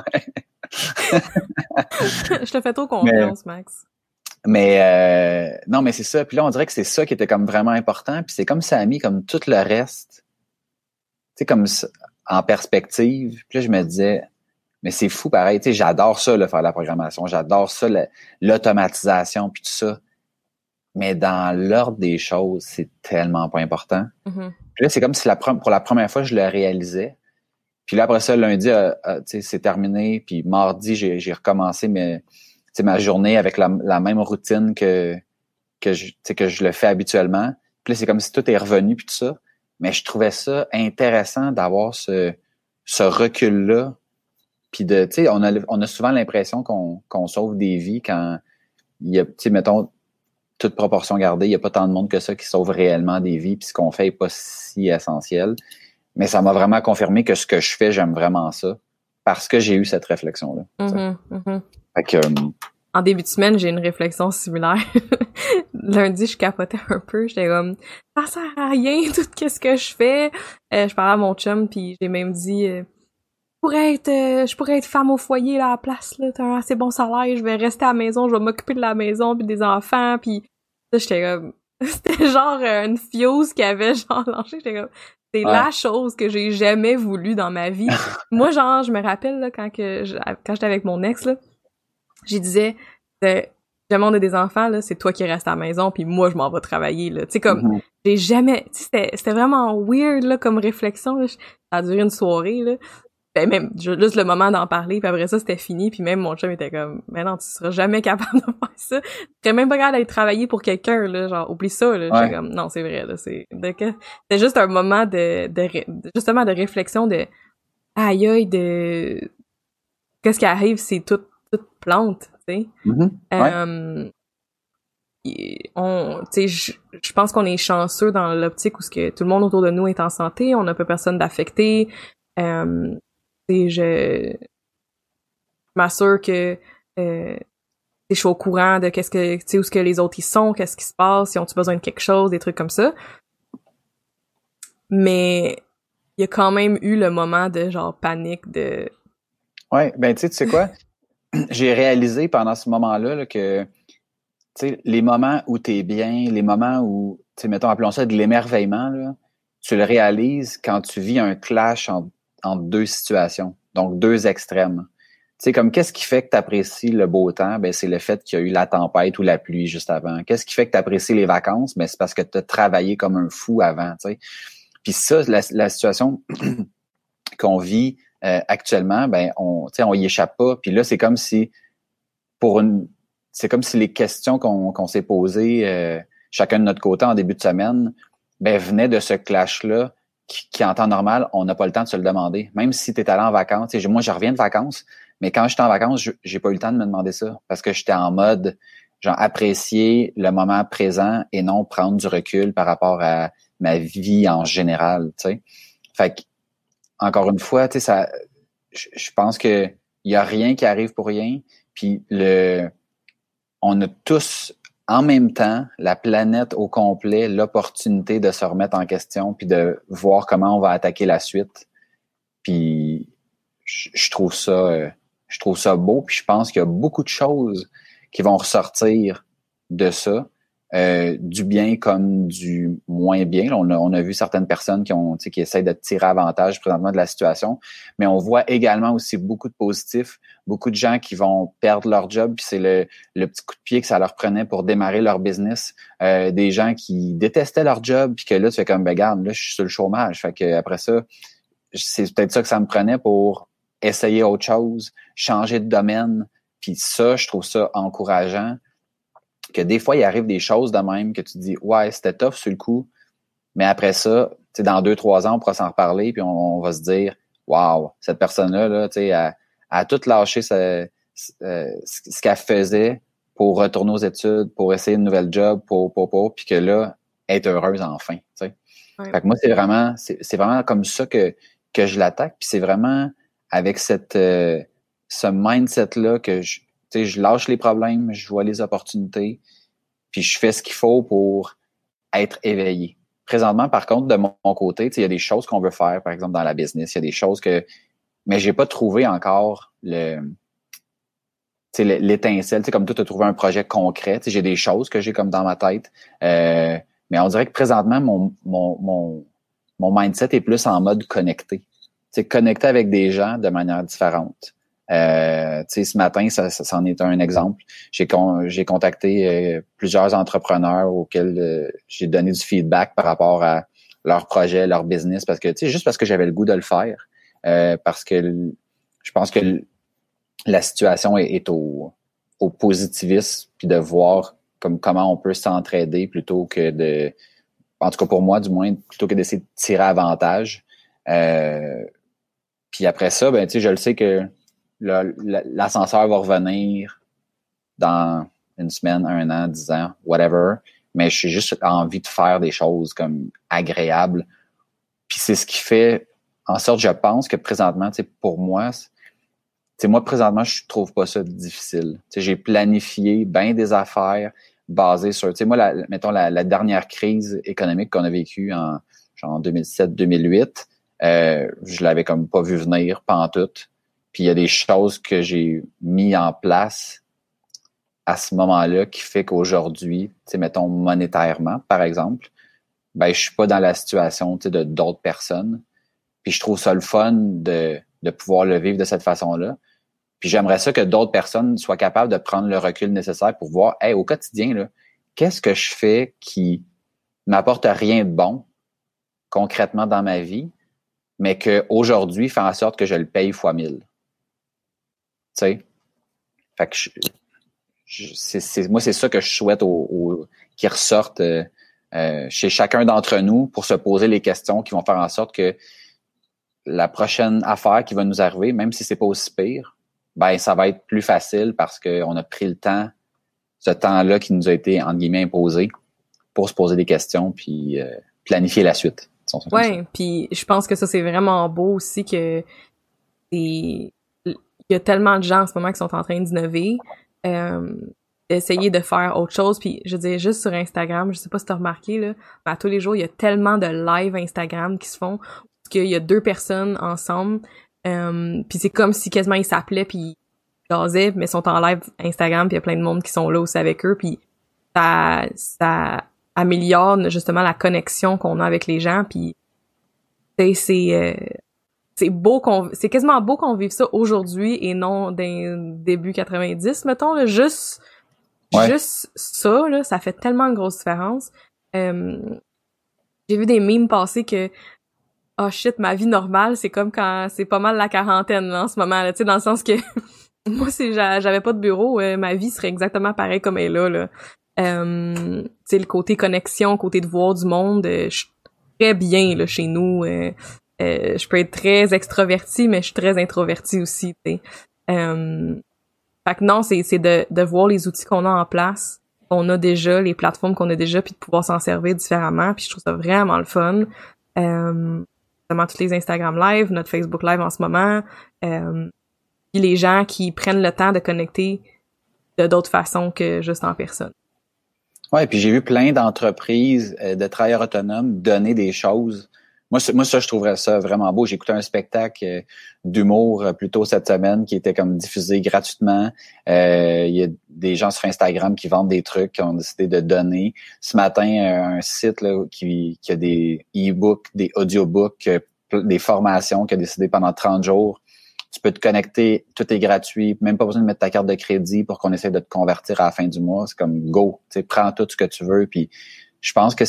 Je te fais trop confiance, mais, Max. Mais euh, non, mais c'est ça. Puis là, on dirait que c'est ça qui était comme vraiment important. Puis c'est comme ça a mis comme tout le reste, tu sais, comme en perspective. Puis là, je me disais, mais c'est fou pareil. Tu sais, j'adore ça, là, faire la programmation. J'adore ça, la, l'automatisation, puis tout ça. Mais dans l'ordre des choses, c'est tellement pas important. Mm-hmm. Puis là, c'est comme si la, pour la première fois, je le réalisais. Puis là, après ça, lundi, euh, euh, tu sais, c'est terminé. Puis mardi, j'ai, j'ai recommencé mes, tu sais, ma journée avec la, la même routine que que je, tu sais, que je le fais habituellement. Puis là, c'est comme si tout est revenu, puis tout ça. mais je trouvais ça intéressant d'avoir ce, ce recul-là. Puis de, tu sais, on a, on a souvent l'impression qu'on, qu'on sauve des vies quand il y a, tu sais, mettons, toute proportion gardée, il n'y a pas tant de monde que ça qui sauve réellement des vies, puis ce qu'on fait n'est pas si essentiel. Mais ça m'a vraiment confirmé que ce que je fais, j'aime vraiment ça, parce que j'ai eu cette réflexion-là. Mm-hmm, mm-hmm. Fait que, euh, en début de semaine, j'ai une réflexion similaire. Lundi, je capotais un peu. J'étais comme, ça sert à rien, tout ce que je fais. Euh, je parlais à mon chum, puis j'ai même dit, euh, je pourrais être, euh, je pourrais être femme au foyer là, à la place. Là, t'as un assez bon salaire, je vais rester à la maison, je vais m'occuper de la maison puis des enfants. Puis là, j'étais comme, c'était genre euh, une fuse qui avait genre lâché. J'étais comme, c'est ouais. la chose que j'ai jamais voulu dans ma vie. Moi, genre, je me rappelle là quand que je, quand j'étais avec mon ex là. J'y disais, jamais on a des enfants, là, c'est toi qui restes à la maison, puis moi, je m'en vais travailler, là. Tu sais, comme, mm-hmm. j'ai jamais... Tu sais, c'était, c'était vraiment weird, là, comme réflexion, là. Ça a duré une soirée, là. Ben, même, juste le moment d'en parler, puis après ça, c'était fini, puis même mon chum était comme, mais non, tu seras jamais capable de faire ça. Tu serais même pas capable d'aller travailler pour quelqu'un, là, genre, oublie ça, là. Ouais. J'étais comme, non, c'est vrai, là, c'est... C'était juste un moment de, de... justement, de réflexion de... Aïe, aïe, de... Qu'est-ce qui arrive, c'est tout toute plante, tu sais. Mm-hmm. Ouais. Euh, on, tu sais, je, je pense qu'on est chanceux dans l'optique où ce que tout le monde autour de nous est en santé, on n'a pas personne d'affecté. Euh, tu sais, je, je m'assure que euh, je suis au courant de qu'est-ce que, tu sais, où ce que les autres ils sont, qu'est-ce qui se passe, si ont-ils besoin de quelque chose, des trucs comme ça. Mais il y a quand même eu le moment de genre panique de. Ouais, ben tu sais, tu sais quoi? J'ai réalisé pendant ce moment-là là, que tu sais, les moments où tu es bien, les moments où, tu sais, mettons, appelons ça de l'émerveillement, là, tu le réalises quand tu vis un clash entre, entre deux situations, donc deux extrêmes. Tu sais, comme qu'est-ce qui fait que tu apprécies le beau temps? Ben, c'est le fait qu'il y a eu la tempête ou la pluie juste avant. Qu'est-ce qui fait que tu apprécies les vacances? Ben, c'est parce que tu as travaillé comme un fou avant, tu sais. Puis ça, la, la situation qu'on vit Euh, actuellement, ben on, tu sais, on y échappe pas. Puis là, c'est comme si pour une, c'est comme si les questions qu'on, qu'on s'est posées euh, chacun de notre côté en début de semaine, ben venaient de ce clash-là qui, qui en temps normal, on n'a pas le temps de se le demander. Même si tu es allé en vacances, tu sais, moi je reviens de vacances, mais quand j'étais en vacances, je, j'ai pas eu le temps de me demander ça parce que j'étais en mode genre apprécier le moment présent et non prendre du recul par rapport à ma vie en général, tu sais. Fait que encore une fois, tu sais, ça, je, je pense que il y a rien qui arrive pour rien. Puis le, on a tous en même temps la planète au complet l'opportunité de se remettre en question puis de voir comment on va attaquer la suite. Puis je, je trouve ça, je trouve ça beau. Puis je pense qu'il y a beaucoup de choses qui vont ressortir de ça. Euh, du bien comme du moins bien. On a, on a vu certaines personnes qui ont, tu sais, qui essaient de tirer avantage présentement de la situation, mais on voit également aussi beaucoup de positifs, beaucoup de gens qui vont perdre leur job, puis c'est le, le petit coup de pied que ça leur prenait pour démarrer leur business. Euh, des gens qui détestaient leur job, puis que là, tu fais comme, ben regarde, là, je suis sur le chômage. Fait que après ça, c'est peut-être ça que ça me prenait pour essayer autre chose, changer de domaine. Puis ça, je trouve ça encourageant. Que des fois, il arrive des choses de même que tu te dis « Ouais, c'était tough sur le coup. » Mais après ça, tu sais, dans deux, trois ans, on pourra s'en reparler puis on, on va se dire « Wow, cette personne-là, là, tu sais, elle, elle a tout lâché ce, ce, ce qu'elle faisait pour retourner aux études, pour essayer une nouvelle job, pour, pour, pour, puis que là, être heureuse enfin. » Tu sais. Ouais. Fait que moi, c'est vraiment, c'est, c'est vraiment comme ça que, que je l'attaque. Puis c'est vraiment avec cette, euh, ce mindset-là que je Tu sais, je lâche les problèmes, je vois les opportunités, puis je fais ce qu'il faut pour être éveillé. Présentement, par contre, de mon côté, tu sais, il y a des choses qu'on veut faire, par exemple, dans la business. Il y a des choses que... Mais j'ai pas trouvé encore le... Tu sais, l'étincelle. Tu sais, comme toi, tu as trouvé un projet concret. Tu sais, j'ai des choses que j'ai comme dans ma tête. Euh, mais on dirait que présentement, mon, mon, mon, mon mindset est plus en mode connecté. Tu sais, connecté avec des gens de manière différente. Euh, tu sais, ce matin, ça, ça, ça en est un exemple. J'ai, con, j'ai contacté euh, plusieurs entrepreneurs auxquels euh, j'ai donné du feedback par rapport à leur projet, leur business, parce que, tu sais, juste parce que j'avais le goût de le faire, euh, parce que je pense que la situation est, est au, au positivisme, puis de voir comme comment on peut s'entraider plutôt que de en tout cas pour moi du moins, plutôt que d'essayer de tirer avantage. Euh, puis après ça, ben tu sais, je le sais que le, le, l'ascenseur va revenir dans une semaine, un an, dix ans, whatever. Mais j'ai juste envie de faire des choses comme agréables. Puis c'est ce qui fait en sorte, je pense que présentement, tu sais, pour moi, tu sais, moi présentement, je trouve pas ça difficile. Tu sais, j'ai planifié bien des affaires basées sur, tu sais, moi, la, mettons la, la dernière crise économique qu'on a vécue en genre deux mille sept deux mille huit, euh, je l'avais comme pas vu venir pantoute. Puis il y a des choses que j'ai mis en place à ce moment-là qui fait qu'aujourd'hui, tu sais, mettons monétairement, par exemple, ben je suis pas dans la situation, tu sais, de d'autres personnes. Puis je trouve ça le fun de, de pouvoir le vivre de cette façon-là. Puis j'aimerais ça que d'autres personnes soient capables de prendre le recul nécessaire pour voir, hey, au quotidien, là, qu'est-ce que je fais qui m'apporte rien de bon concrètement dans ma vie, mais qu'aujourd'hui fait en sorte que je le paye fois mille. Tu sais? Fait que je, je, c'est, c'est, moi, c'est ça que je souhaite au, au, qu'ils ressortent euh, euh, chez chacun d'entre nous pour se poser les questions qui vont faire en sorte que la prochaine affaire qui va nous arriver, même si c'est pas aussi pire, ben ça va être plus facile parce qu'on a pris le temps, ce temps-là qui nous a été, entre guillemets, imposé pour se poser des questions puis euh, planifier la suite. Ouais, puis je pense que ça, c'est vraiment beau aussi que c'est... il y a tellement de gens en ce moment qui sont en train d'innover, euh, d'essayer de faire autre chose. Puis je veux dire, juste sur Instagram, je sais pas si t'as remarqué, là, mais à tous les jours, il y a tellement de live Instagram qui se font qu'il y a deux personnes ensemble, euh, puis c'est comme si quasiment ils s'appelaient puis ils jasaient, mais sont en live Instagram, puis il y a plein de monde qui sont là aussi avec eux, puis ça, ça améliore justement la connexion qu'on a avec les gens, puis c'est c'est euh, c'est beau qu'on c'est quasiment beau qu'on vive ça aujourd'hui et non dans début quatre-vingt-dix, mettons, là, juste ouais. juste ça là, ça fait tellement de grosse différence. Euh, j'ai vu des memes passer que oh shit, ma vie normale, c'est comme quand c'est pas mal la quarantaine là, en ce moment là, tu sais, dans le sens que moi si j'avais pas de bureau, euh, ma vie serait exactement pareille comme elle est là là. Euh, tu sais, le côté connexion, côté de voir du monde, euh, je suis très bien là chez nous. Euh, euh, je peux être très extravertie, mais je suis très introvertie aussi, tu sais. Euh, fait que non, c'est c'est de de voir les outils qu'on a en place, qu'on a déjà, les plateformes qu'on a déjà, puis de pouvoir s'en servir différemment. Puis je trouve ça vraiment le fun. Euh, notamment toutes les Instagram Live, notre Facebook Live en ce moment, euh, puis les gens qui prennent le temps de connecter de d'autres façons que juste en personne. Ouais, puis j'ai vu plein d'entreprises euh, de travailleurs autonomes donner des choses. Moi, moi ça, je trouverais ça vraiment beau. J'ai écouté un spectacle euh, d'humour euh, plus tôt cette semaine qui était comme diffusé gratuitement. Euh, il y a des gens sur Instagram qui vendent des trucs, qui ont décidé de donner. Ce matin, euh, un site là, qui, qui a des e-books, des audiobooks, euh, des formations qui a décidé pendant trente jours. Tu peux te connecter, tout est gratuit, même pas besoin de mettre ta carte de crédit pour qu'on essaie de te convertir à la fin du mois. C'est comme go, tu sais, prends tout ce que tu veux. Puis je pense que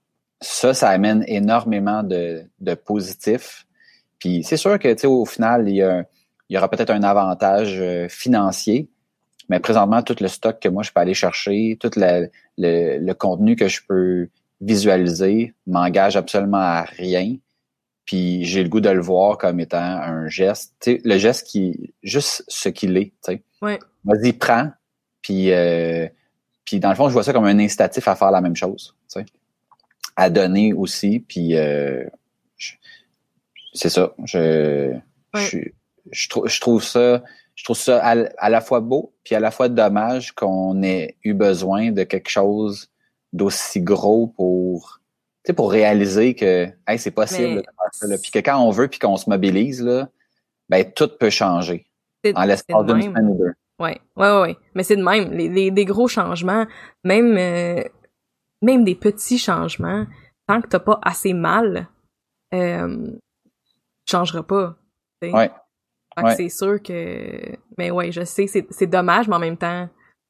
ça, ça amène énormément de, de positif. Puis c'est sûr que tu sais, au final, il y a, il y aura peut-être un avantage financier, mais présentement, tout le stock que moi je peux aller chercher, tout le, le, le contenu que je peux visualiser m'engage absolument à rien. Puis j'ai le goût de le voir comme étant un geste, tu sais, le geste qui juste ce qu'il est, tu sais. Ouais. Vas-y, prends. Puis euh, puis dans le fond, je vois ça comme un incitatif à faire la même chose, tu sais, à donner aussi. Puis euh, je, c'est ça. Je ouais. je, je trouve je trouve ça je trouve ça à, à la fois beau puis à la fois dommage qu'on ait eu besoin de quelque chose d'aussi gros pour tu sais, pour réaliser que hey, c'est possible mais... de faire ça, là. Puis que quand on veut puis qu'on se mobilise, là, ben tout peut changer c'est, en l'espace d'une semaine ou deux. Ouais, ouais, ouais. Mais c'est de même. Les, les, des gros changements, même euh, même des petits changements, tant que t'as pas assez mal, euh, tu changeras pas. T'sais. Ouais. Fait que ouais. c'est sûr que... Mais ouais, je sais, c'est, c'est dommage, mais en même temps,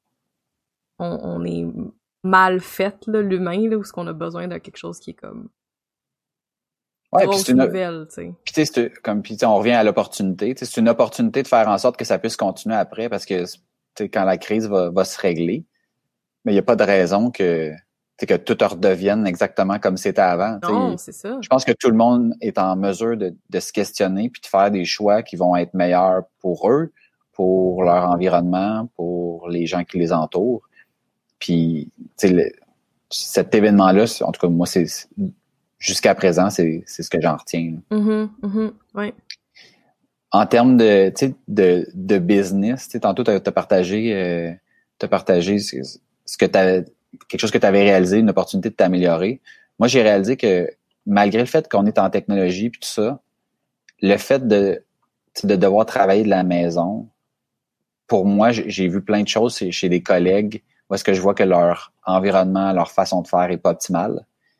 on, on est... mal faite, là, l'humain, là, où est-ce qu'on a besoin de quelque chose qui est comme ouais, grosse puis c'est une nouvelle, tu sais. Puis tu sais, comme puis on revient à l'opportunité, tu sais, c'est une opportunité de faire en sorte que ça puisse continuer après parce que tu sais quand la crise va, va se régler, mais il y a pas de raison que que tout redevienne exactement comme c'était avant. Non, c'est ça. Je pense que tout le monde est en mesure de, de se questionner puis de faire des choix qui vont être meilleurs pour eux, pour leur environnement, pour les gens qui les entourent. Puis, tu sais, le, cet événement-là, en tout cas, moi, c'est jusqu'à présent, c'est, c'est ce que j'en retiens. Mm-hmm, mm-hmm, ouais. En termes de, tu sais, de, de business, tu sais, tantôt, tu as partagé, euh, t'as partagé ce, ce que tu as, quelque chose que tu avais réalisé, une opportunité de t'améliorer. Moi, j'ai réalisé que malgré le fait qu'on est en technologie puis tout ça, le fait de, de devoir travailler de la maison, pour moi, j'ai vu plein de choses chez des collègues où est-ce que je vois que leur environnement, leur façon de faire est pas optimale.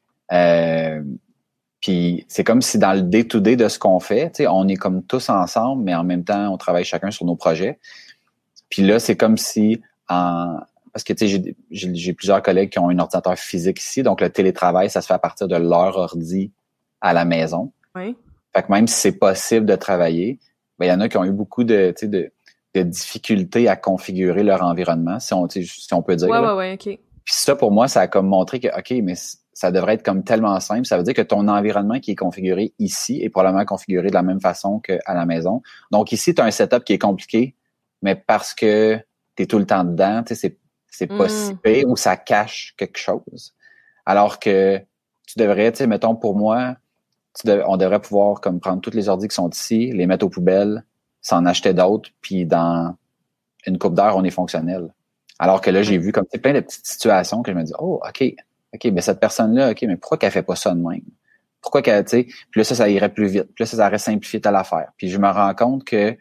Euh, puis c'est comme si dans le day-to-day de ce qu'on fait, tu sais, on est comme tous ensemble, mais en même temps, on travaille chacun sur nos projets. Puis là, c'est comme si en parce que tu sais, j'ai, j'ai, j'ai plusieurs collègues qui ont un ordinateur physique ici, donc le télétravail, ça se fait à partir de leur ordi à la maison. Oui. Fait que même si c'est possible de travailler, ben il y en a qui ont eu beaucoup de, tu sais, de de difficultés à configurer leur environnement, si on, si on peut dire. Ouais, là. ouais, ouais, OK. Puis ça, pour moi, ça a comme montré que, OK, mais ça devrait être comme tellement simple. Ça veut dire que ton environnement qui est configuré ici est probablement configuré de la même façon qu'à la maison. Donc ici, tu as un setup qui est compliqué, mais parce que tu es tout le temps dedans, tu sais, c'est, c'est pas mm. si pire ou ça cache quelque chose. Alors que tu devrais, tu sais, mettons, pour moi, tu dev- on devrait pouvoir comme prendre tous les ordi qui sont ici, les mettre aux poubelles, s'en acheter d'autres, puis dans une couple d'heures, on est fonctionnel. Alors que là, j'ai vu comme plein de petites situations que je me dis, oh, OK, OK, mais cette personne-là, OK, mais pourquoi qu'elle fait pas ça de même? Pourquoi qu'elle, tu sais, puis là, ça, ça irait plus vite. Puis là, ça, ça aurait simplifié telle affaire. Puis je me rends compte que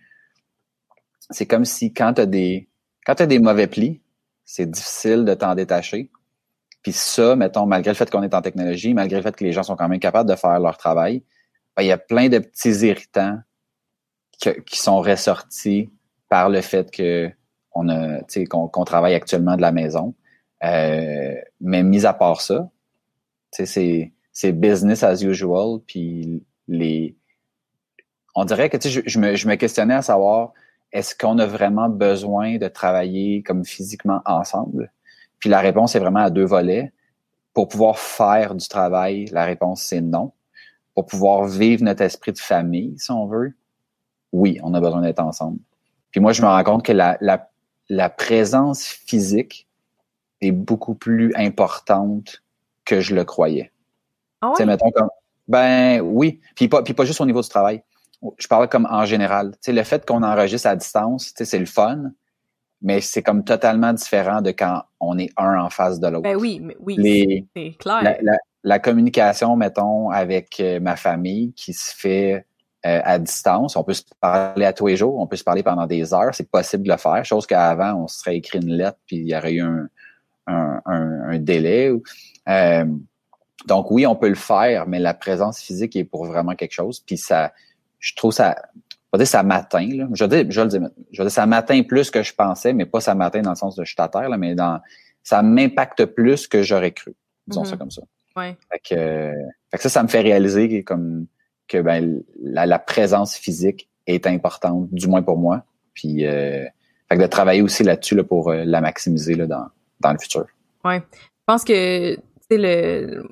c'est comme si quand t'as des, quand t'as des mauvais plis, c'est difficile de t'en détacher. Puis ça, mettons, malgré le fait qu'on est en technologie, malgré le fait que les gens sont quand même capables de faire leur travail, ben, il y a plein de petits irritants que, qui sont ressortis par le fait que on a, tu sais, qu'on, qu'on travaille actuellement de la maison. Euh, mais mis à part ça, tu sais, c'est, c'est business as usual. Puis les, on dirait que tu sais, je, je me, je me questionnais à savoir est-ce qu'on a vraiment besoin de travailler comme physiquement ensemble. Puis la réponse est vraiment à deux volets. Pour pouvoir faire du travail, la réponse c'est non. Pour pouvoir vivre notre esprit de famille, si on veut, oui, on a besoin d'être ensemble. Puis moi, je me rends compte que la, la, la présence physique est beaucoup plus importante que je le croyais. Ah oui? Tu sais, mettons comme, ben oui, puis pas, puis pas juste au niveau du travail. Je parle comme en général. Tu sais, le fait qu'on enregistre à distance, tu sais, c'est le fun, mais c'est comme totalement différent de quand on est un en face de l'autre. Ben oui, mais oui, Les, c'est clair. La, la, la communication, mettons, avec euh, ma famille qui se fait euh, à distance, on peut se parler à tous les jours, on peut se parler pendant des heures, c'est possible de le faire, chose qu'avant, on se serait écrit une lettre puis il y aurait eu un, un, un, un délai. Euh, donc oui, on peut le faire, mais la présence physique est pour vraiment quelque chose. Puis ça, je trouve ça, je veux dire ça m'atteint, là. Je veux dire, je veux le dire, je veux dire, ça m'atteint plus que je pensais, mais pas ça m'atteint dans le sens de je suis à terre, là, mais dans, ça m'impacte plus que j'aurais cru. Disons mm-hmm. ça comme ça. Ouais. Fait que, euh, fait que ça, ça me fait réaliser comme que ben la, la présence physique est importante, du moins pour moi. Puis, euh, fait que de travailler aussi là-dessus là, pour euh, la maximiser là, dans, dans le futur. Ouais. Je pense que, tu sais, le,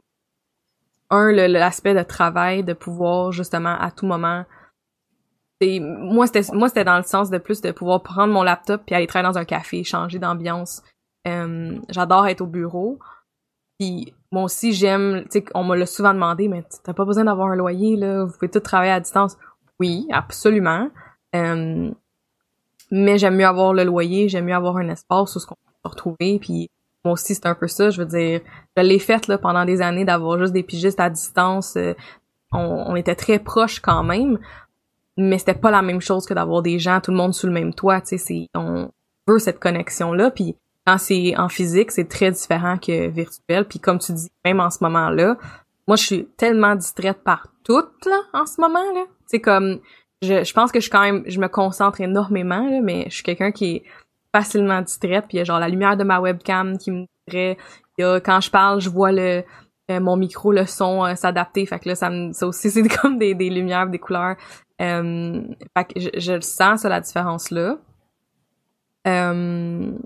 un, le, l'aspect de travail, de pouvoir justement à tout moment, c'est, moi, c'était, moi, c'était dans le sens de plus de pouvoir prendre mon laptop puis aller travailler dans un café, changer d'ambiance. Euh, j'adore être au bureau. Puis moi aussi, j'aime, tu sais, on me l'a souvent demandé, mais t'as pas besoin d'avoir un loyer, là, vous pouvez tout travailler à distance. Oui, absolument. Euh, mais j'aime mieux avoir le loyer, j'aime mieux avoir un espace où on peut se retrouver, puis moi aussi, c'est un peu ça, je veux dire, je l'ai fait, là, pendant des années, d'avoir juste des pigistes à distance, euh, on, on était très proches quand même, mais c'était pas la même chose que d'avoir des gens, tout le monde sous le même toit, tu sais, c'est, on veut cette connexion-là, puis quand c'est en physique, c'est très différent que virtuel. Puis comme tu dis, même en ce moment-là, moi, je suis tellement distraite par tout, là, en ce moment-là. C'est comme, je, je pense que je suis quand même, je me concentre énormément, là, mais je suis quelqu'un qui est facilement distraite. Puis il y a genre la lumière de ma webcam qui me dirait. Il y a, quand je parle, je vois le euh, mon micro, le son euh, s'adapter. Fait que là, ça me, ça aussi, c'est comme des, des lumières, des couleurs. Euh, fait que je, je le sens, ça, la différence-là. Euh...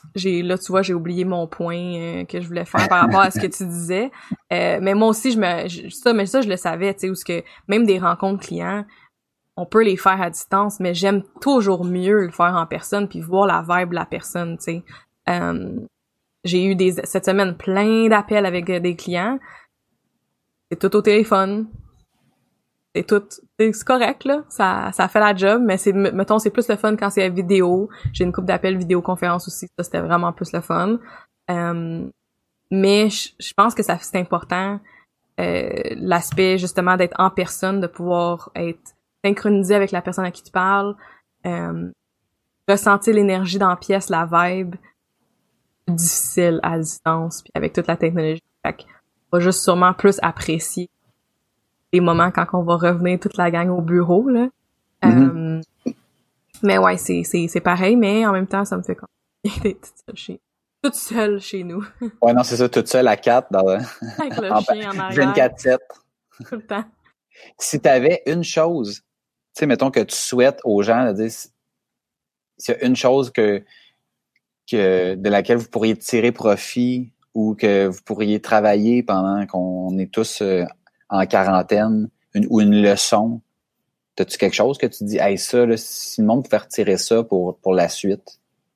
j'ai là, tu vois, j'ai oublié mon point euh, que je voulais faire par rapport à ce que tu disais. Euh, mais moi aussi, je me je, ça, mais ça, je le savais, tu sais, où ce que même des rencontres clients, on peut les faire à distance, mais j'aime toujours mieux le faire en personne puis voir la vibe de la personne, tu sais. Euh, j'ai eu des cette semaine plein d'appels avec des clients. C'est tout au téléphone. C'est tout, c'est correct, là. Ça, ça fait la job, mais c'est, mettons, c'est plus le fun quand c'est la vidéo. J'ai une couple d'appels vidéoconférence aussi. Ça, c'était vraiment plus le fun. Euh, mais je pense que ça, c'est important, euh, l'aspect, justement, d'être en personne, de pouvoir être synchronisé avec la personne à qui tu parles, euh, ressentir l'énergie dans la pièce, la vibe. Difficile à distance, puis avec toute la technologie. Fait qu'on va juste sûrement plus apprécier les moments quand on va revenir toute la gang au bureau, là. Mm-hmm. Euh, mais ouais, c'est, c'est, c'est pareil, mais en même temps, ça me fait d'être toute seule chez, toute seule chez nous. Ouais, non, c'est ça, toute seule à quatre dans le... Avec le en... chien en arrière. vingt-quatre sept. Tout le temps. Si t'avais une chose, tu sais, mettons que tu souhaites aux gens de dire s'il y a une chose que, que de laquelle vous pourriez tirer profit ou que vous pourriez travailler pendant qu'on est tous euh, en quarantaine, une, ou une leçon, t'as-tu quelque chose que tu dis, hey, ça, là, si le monde pouvait retirer ça pour, pour la suite?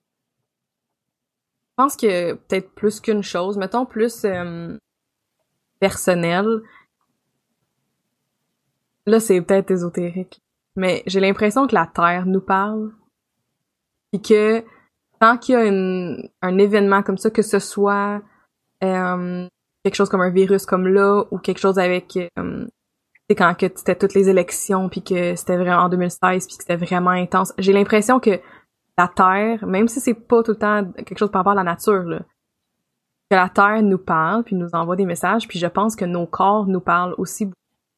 Je pense que peut-être plus qu'une chose, mettons plus euh, personnel. Là, c'est peut-être ésotérique, mais j'ai l'impression que la Terre nous parle, puis que tant qu'il y a une, un événement comme ça, que ce soit euh, quelque chose comme un virus comme là, ou quelque chose avec, euh, tu sais, quand que c'était toutes les élections, puis que c'était vraiment en deux mille seize, puis que c'était vraiment intense. J'ai l'impression que la Terre, même si c'est pas tout le temps quelque chose par rapport à la nature, là, que la Terre nous parle, puis nous envoie des messages, puis je pense que nos corps nous parlent aussi.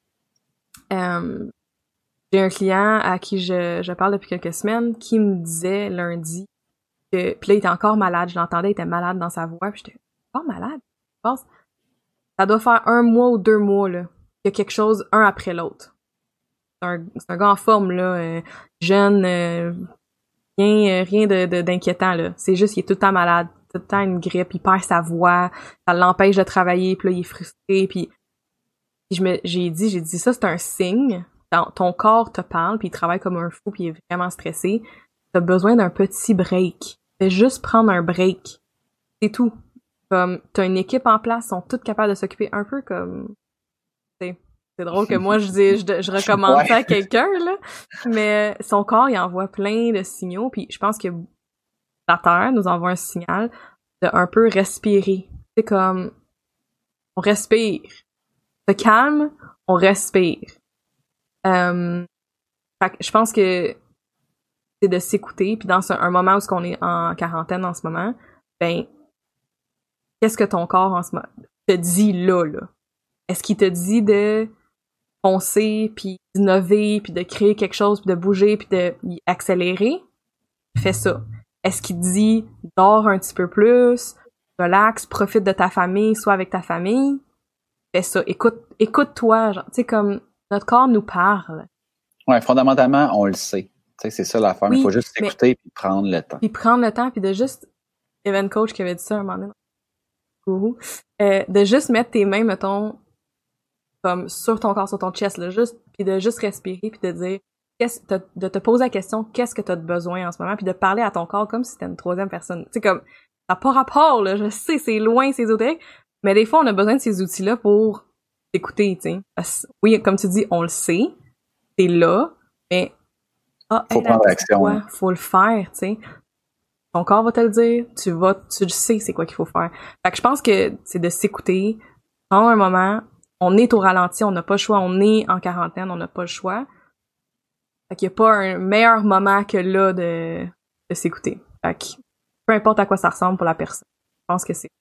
Euh, j'ai un client à qui je, je parle depuis quelques semaines qui me disait lundi que, puis là, il était encore malade, je l'entendais, il était malade dans sa voix, puis j'étais encore malade. Je pense, ça doit faire un mois ou deux mois, là, qu'il y a quelque chose un après l'autre. C'est un, c'est un gars en forme, là, euh, jeune, euh, rien, rien de, de, d'inquiétant, là. C'est juste qu'il est tout le temps malade, tout le temps une grippe, il perd sa voix, ça l'empêche de travailler, puis là, il est frustré, puis je me, j'ai dit, j'ai dit, ça, c'est un signe. Ton, ton corps te parle, puis il travaille comme un fou, puis il est vraiment stressé. T'as besoin d'un petit break. Fais juste prendre un break. C'est tout. Comme, t'as une équipe en place, ils sont toutes capables de s'occuper un peu comme... C'est, c'est drôle que moi, je dis, je, je recommande ouais. ça à quelqu'un, là. Mais son corps, il envoie plein de signaux, puis je pense que la Terre nous envoie un signal de un peu respirer. C'est comme, on respire. Se calme, on respire. Euh, fait que je pense que c'est de s'écouter, puis dans un, un moment où on est en quarantaine en ce moment, ben, qu'est-ce que ton corps en ce moment te dit là, là? Est-ce qu'il te dit de foncer, puis d'innover, puis de créer quelque chose, puis de bouger, puis d'accélérer? Fais ça. Est-ce qu'il te dit dors un petit peu plus, relaxe, profite de ta famille, sois avec ta famille? Fais ça. Écoute, écoute-toi, genre, tu sais, comme notre corps nous parle. Ouais, fondamentalement, on le sait. Tu sais, c'est ça l'affaire. Oui, il faut juste s'écouter puis prendre le temps. Puis prendre le temps, puis de juste... Event Coach qui avait dit ça un moment donné. Euh, de juste mettre tes mains, mettons, comme sur ton corps, sur ton chest, là, juste, puis de juste respirer, puis de dire... Qu'est-ce, te, de te poser la question, qu'est-ce que tu as de besoin en ce moment, puis de parler à ton corps comme si c'était une troisième personne. Tu sais, comme, ça n'a pas rapport, là, je sais, c'est loin, c'est ésotérique, mais des fois, on a besoin de ces outils-là pour t'écouter, tu sais. Oui, comme tu dis, on le sait, t'es là, mais ah, faut hey, prendre l'action. Quoi, faut le faire, tu sais. Ton corps va te le dire, tu vas, tu le sais, c'est quoi qu'il faut faire. Fait que je pense que c'est de s'écouter, prendre un moment, on est au ralenti, on n'a pas le choix, on est en quarantaine, on n'a pas le choix. Fait qu'il n'y a pas un meilleur moment que là de, de s'écouter. Fait que peu importe à quoi ça ressemble pour la personne. Je pense que c'est...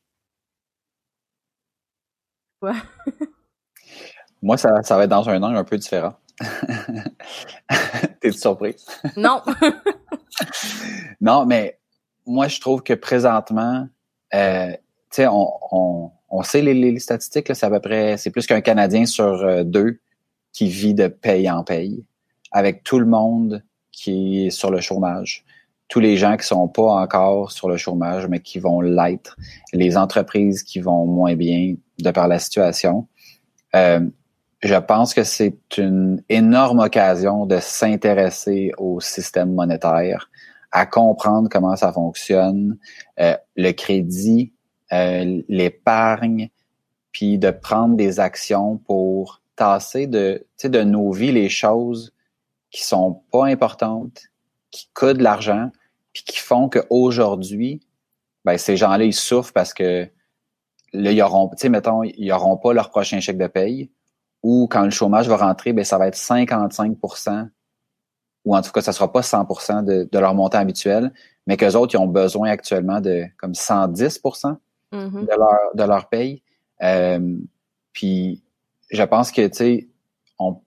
Ouais. Moi, ça, ça va être dans un angle un peu différent. T'es-tu surprise? Non. Non, mais moi, je trouve que présentement, euh, tu sais, on, on, on sait les, les statistiques, là, c'est à peu près, c'est plus qu'un Canadien sur euh, deux qui vit de paye en paye, avec tout le monde qui est sur le chômage. tous les gens qui sont pas encore sur le chômage, mais qui vont l'être, les entreprises qui vont moins bien de par la situation. Euh, je pense que c'est une énorme occasion de s'intéresser au système monétaire, à comprendre comment ça fonctionne, euh, le crédit, euh, l'épargne, puis de prendre des actions pour tasser de, tu sais, de nos vies les choses qui sont pas importantes, qui coûtent de l'argent, puis qui font qu'aujourd'hui, ben, ces gens-là, ils souffrent parce que là, ils auront, tu sais, mettons, ils auront pas leur prochain chèque de paye, ou quand le chômage va rentrer, ben, ça va être cinquante-cinq pour cent, ou en tout cas, ça sera pas cent pour cent de, de leur montant habituel, mais qu'eux autres, ils ont besoin actuellement de comme cent dix pour cent mm-hmm. de leur, de leur paye. Euh, puis, je pense que, tu sais, on,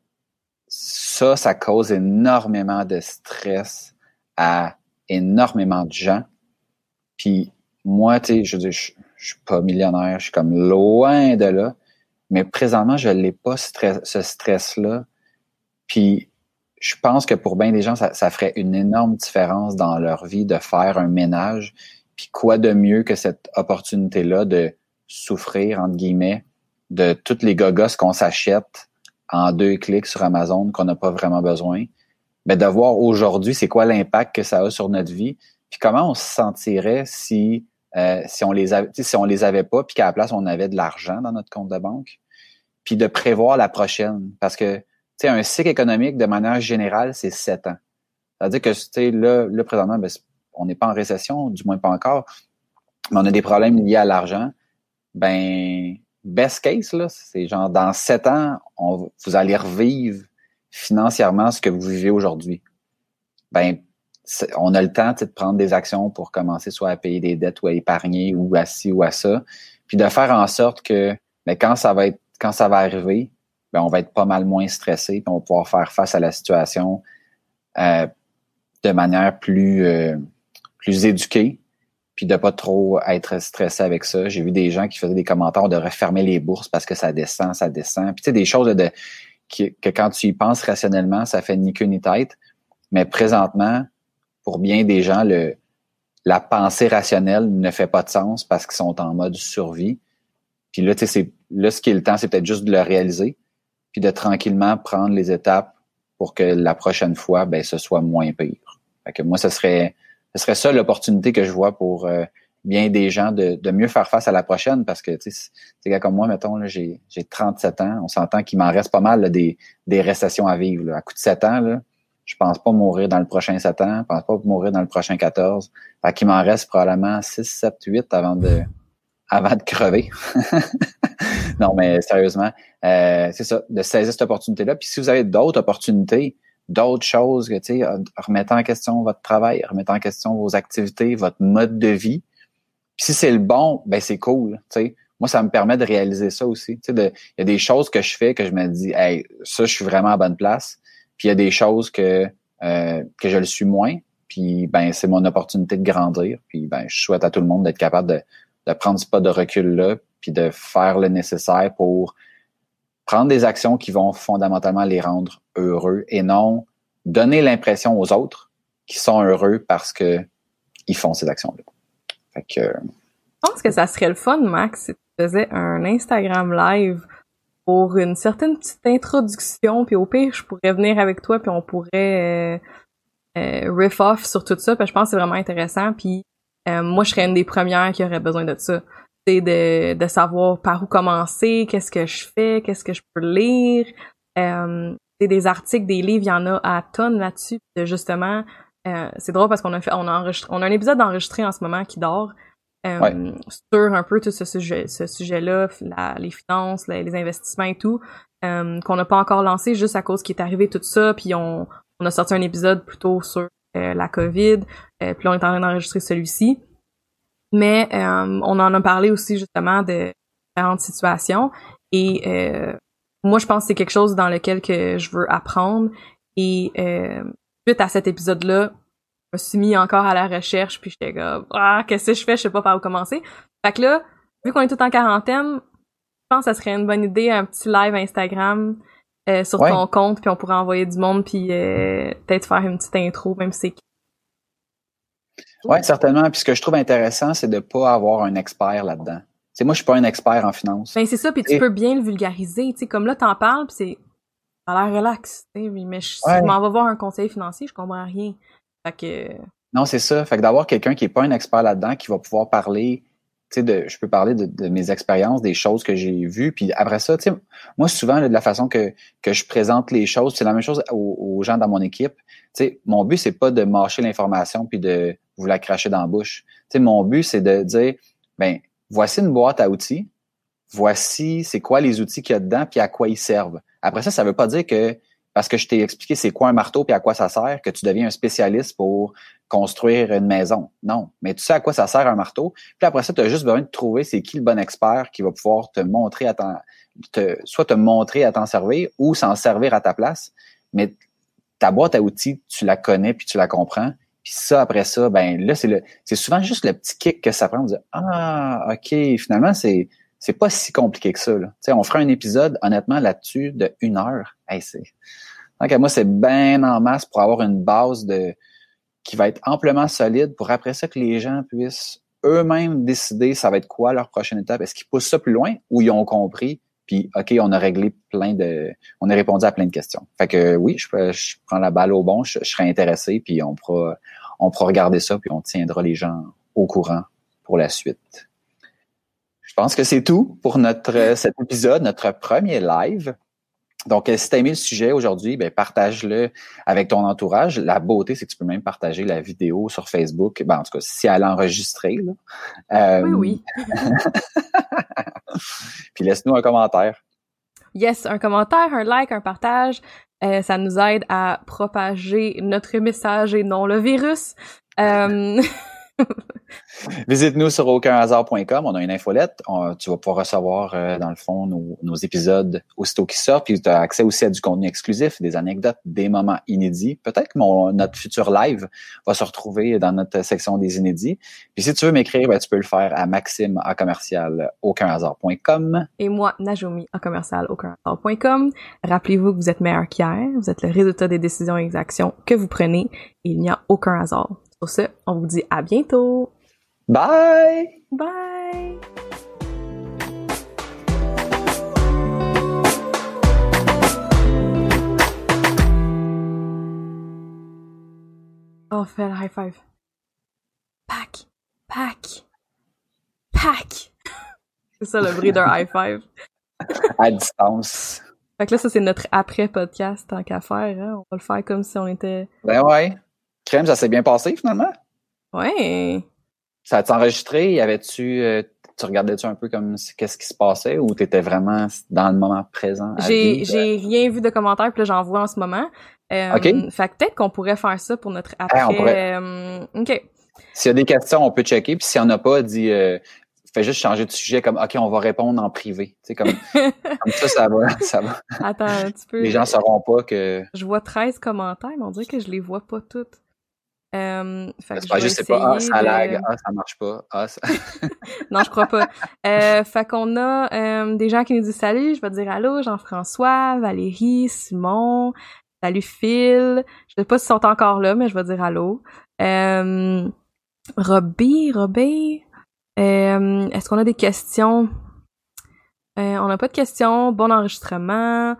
ça, ça cause énormément de stress à énormément de gens. Puis, moi, tu sais, je veux dire, je, je suis pas millionnaire, je suis comme loin de là, mais présentement, je l'ai pas stress, ce stress-là. Puis, je pense que pour bien des gens, ça, ça ferait une énorme différence dans leur vie de faire un ménage. Puis, quoi de mieux que cette opportunité-là de souffrir, entre guillemets, de toutes les gogos qu'on s'achète en deux clics sur Amazon qu'on n'a pas vraiment besoin, mais de voir aujourd'hui c'est quoi l'impact que ça a sur notre vie, puis comment on se sentirait si euh, si on les avait, si on les avait pas, puis qu'à la place on avait de l'argent dans notre compte de banque, puis de prévoir la prochaine, parce que tu sais un cycle économique de manière générale c'est sept ans. C'est-à-dire que tu sais là, là présentement ben, on n'est pas en récession, du moins pas encore, mais on a des problèmes liés à l'argent. Ben best case, là, c'est genre dans sept ans, on, vous allez revivre financièrement ce que vous vivez aujourd'hui. Ben, on a le temps de prendre des actions pour commencer soit à payer des dettes ou à épargner ou à ci ou à ça, puis de faire en sorte que ben, quand ça va être quand ça va arriver, ben, on va être pas mal moins stressé, puis on va pouvoir faire face à la situation euh, de manière plus euh, plus éduquée. Puis de pas trop être stressé avec ça. J'ai vu des gens qui faisaient des commentaires de refermer les bourses parce que ça descend, ça descend. Puis tu sais, des choses de, qui, que quand tu y penses rationnellement, ça fait ni queue ni tête. Mais présentement, pour bien des gens, le la pensée rationnelle ne fait pas de sens parce qu'ils sont en mode survie. Puis là, tu sais, c'est là, ce qui est le temps, c'est peut-être juste de le réaliser, puis de tranquillement prendre les étapes pour que la prochaine fois, ben, ce soit moins pire. Fait que moi, ce serait Ce serait ça l'opportunité que je vois pour euh, bien des gens de, de mieux faire face à la prochaine parce que, tu sais, c'est gars comme moi, mettons, là, j'ai, j'ai trente-sept ans. On s'entend qu'il m'en reste pas mal là, des, des récessions à vivre. Là. À coup de sept ans, là, je pense pas mourir dans le prochain sept ans. Je pense pas mourir dans le prochain quatorze. Fait qu'il m'en reste probablement six, sept, huit avant de avant de crever. Non, mais sérieusement, euh, c'est ça, de saisir cette opportunité-là. Puis si vous avez d'autres opportunités, d'autres choses, que tu sais, remettez en question votre travail, remettez en question vos activités, votre mode de vie. Puis si c'est le bon, ben c'est cool, tu sais. Moi, ça me permet de réaliser ça aussi. Tu sais, de, il y a des choses que je fais que je me dis, hey, ça, je suis vraiment à bonne place. Puis il y a des choses que euh, que je le suis moins. Puis ben, c'est mon opportunité de grandir. Puis ben, je souhaite à tout le monde d'être capable de, de prendre ce pas de recul-là, puis de faire le nécessaire pour prendre des actions qui vont fondamentalement les rendre heureux et non donner l'impression aux autres qu'ils sont heureux parce que ils font ces actions-là. Fait que, euh, je pense que ça serait le fun, Max, si tu faisais un Instagram live pour une certaine petite introduction, puis au pire, je pourrais venir avec toi, puis on pourrait euh, euh, riff off sur tout ça, puis je pense que c'est vraiment intéressant, puis euh, moi, je serais une des premières qui aurait besoin de ça. C'est de, de savoir par où commencer, qu'est-ce que je fais, qu'est-ce que je peux lire. Euh, c'est des articles, des livres, il y en a à tonnes là-dessus. De justement, euh, c'est drôle parce qu'on a fait, on a enregistré, on a un épisode enregistré en ce moment qui dort euh, ouais. sur un peu tout ce sujet, ce sujet-là, la, les finances, les, les investissements et tout, euh, qu'on n'a pas encore lancé juste à cause qu'il est arrivé tout ça. Puis on, on a sorti un épisode plutôt sur euh, la COVID. Euh, puis là, on est en train d'enregistrer celui-ci. Mais euh, on en a parlé aussi justement de différentes situations et euh, moi je pense que c'est quelque chose dans lequel que je veux apprendre et euh, suite à cet épisode-là, je me suis mis encore à la recherche puis j'étais comme ah qu'est-ce que je fais, je sais pas par où commencer. Fait que là, vu qu'on est tout en quarantaine, je pense que ça serait une bonne idée un petit live Instagram euh, sur ouais. ton compte puis on pourrait envoyer du monde puis euh, peut-être faire une petite intro même si c'est Oui, certainement. Puis ce que je trouve intéressant, c'est de ne pas avoir un expert là-dedans. Tu sais, moi, je suis pas un expert en finance. Ben, c'est ça, puis tu peux bien le vulgariser. Tu sais, comme là, t'en parles, puis c'est... Ça a l'air relax, tu sais, mais je, ouais. si je m'en vais voir un conseiller financier, je comprends rien. Fait que... Non, c'est ça. Fait que d'avoir quelqu'un qui est pas un expert là-dedans, qui va pouvoir parler, tu sais, de, je peux parler de, de mes expériences, des choses que j'ai vues, puis après ça, tu sais, moi, souvent, là, de la façon que, que je présente les choses, c'est la même chose aux, aux gens dans mon équipe. Tu sais, mon but, c'est pas de mâcher l'information puis de vous la cracher dans la bouche. Tu sais, mon but, c'est de dire, ben, voici une boîte à outils, voici c'est quoi les outils qu'il y a dedans puis à quoi ils servent. Après ça, ça veut pas dire que parce que je t'ai expliqué c'est quoi un marteau puis à quoi ça sert que tu deviens un spécialiste pour construire une maison. Non, mais tu sais à quoi ça sert un marteau. Puis après ça, tu as juste besoin de trouver c'est qui le bon expert qui va pouvoir te montrer à t'en, te, soit te montrer à t'en servir ou s'en servir à ta place. Mais ta boîte à outils, tu la connais puis tu la comprends. Puis ça, après ça, ben là, c'est le, c'est souvent juste le petit kick que ça prend. On dit, ah, OK, finalement, c'est, c'est pas si compliqué que ça, là. Tu sais, on fera un épisode, honnêtement, là-dessus, de une heure. Hey, c'est, donc, à moi, c'est bien en masse pour avoir une base de, qui va être amplement solide pour après ça que les gens puissent eux-mêmes décider ça va être quoi leur prochaine étape. Est-ce qu'ils poussent ça plus loin ou ils ont compris? Puis, OK, on a réglé plein de... On a répondu à plein de questions. Fait que oui, je, je prends la balle au bon, je, je serais intéressé, puis on pourra, on pourra regarder ça, puis on tiendra les gens au courant pour la suite. Je pense que c'est tout pour notre cet épisode, notre premier live. Donc, si tu as aimé le sujet aujourd'hui, ben partage-le avec ton entourage. La beauté, c'est que tu peux même partager la vidéo sur Facebook. Ben, en tout cas, si elle est enregistrée. Là. Euh, oui, oui. Puis laisse-nous un commentaire. Yes, un commentaire, un like, un partage. Euh, ça nous aide à propager notre message et non le virus. Euh... Visite-nous sur aucun hasard point com. On a une infolette. On, tu vas pouvoir recevoir, euh, dans le fond, nos, nos épisodes aussitôt qu'ils sortent. Puis tu as accès aussi à du contenu exclusif, des anecdotes, des moments inédits. Peut-être que mon, notre futur live va se retrouver dans notre section des inédits. Puis si tu veux m'écrire, ben, tu peux le faire à Maxime à commercial aucun hasard point com. Et moi, Najomi à commercial aucun hasard point com. Rappelez-vous que vous êtes meilleur qu'hier. Vous êtes le résultat des décisions et des actions que vous prenez. Et il n'y a aucun hasard. Sur ce, on vous dit à bientôt. Bye! Bye! Oh, fais le high five. Pack! Pack! Pack! C'est ça le bruit d'un high five. À distance. Fait que là, ça, c'est notre après-podcast, tant qu'à faire. Hein? On va le faire comme si on était... Ben ouais. Crème, ça s'est bien passé, finalement? Ouais. Ça a-tu enregistré? Y avait-tu... Euh, tu regardais-tu un peu comme qu'est-ce qui se passait ou t'étais vraiment dans le moment présent? J'ai, j'ai rien vu de commentaires, puis là, j'en vois en ce moment. Euh, OK. Fait que peut-être qu'on pourrait faire ça pour notre après... Hey, on pourrait... euh, OK. S'il y a des questions, on peut checker. Puis s'il n'y en a pas, dis... Euh, fais juste changer de sujet comme, OK, on va répondre en privé. Tu sais, comme, comme ça, ça va, ça va. Attends un petit peu. Les gens sauront pas que... Je vois treize commentaires, mais on dirait que je les vois pas toutes. Euh, fait que c'est pas, je, je sais pas, ah, ça de... lag, ah, ça marche pas, ah, ça... Non, je crois pas. Euh, fait qu'on a euh, des gens qui nous disent salut, je vais te dire allô, Jean-François, Valérie, Simon, salut Phil, je sais pas s'ils sont encore là, mais je vais dire allô. Euh, Robbie, Robbie, euh, est-ce qu'on a des questions? Euh, on n'a pas de questions, bon enregistrement.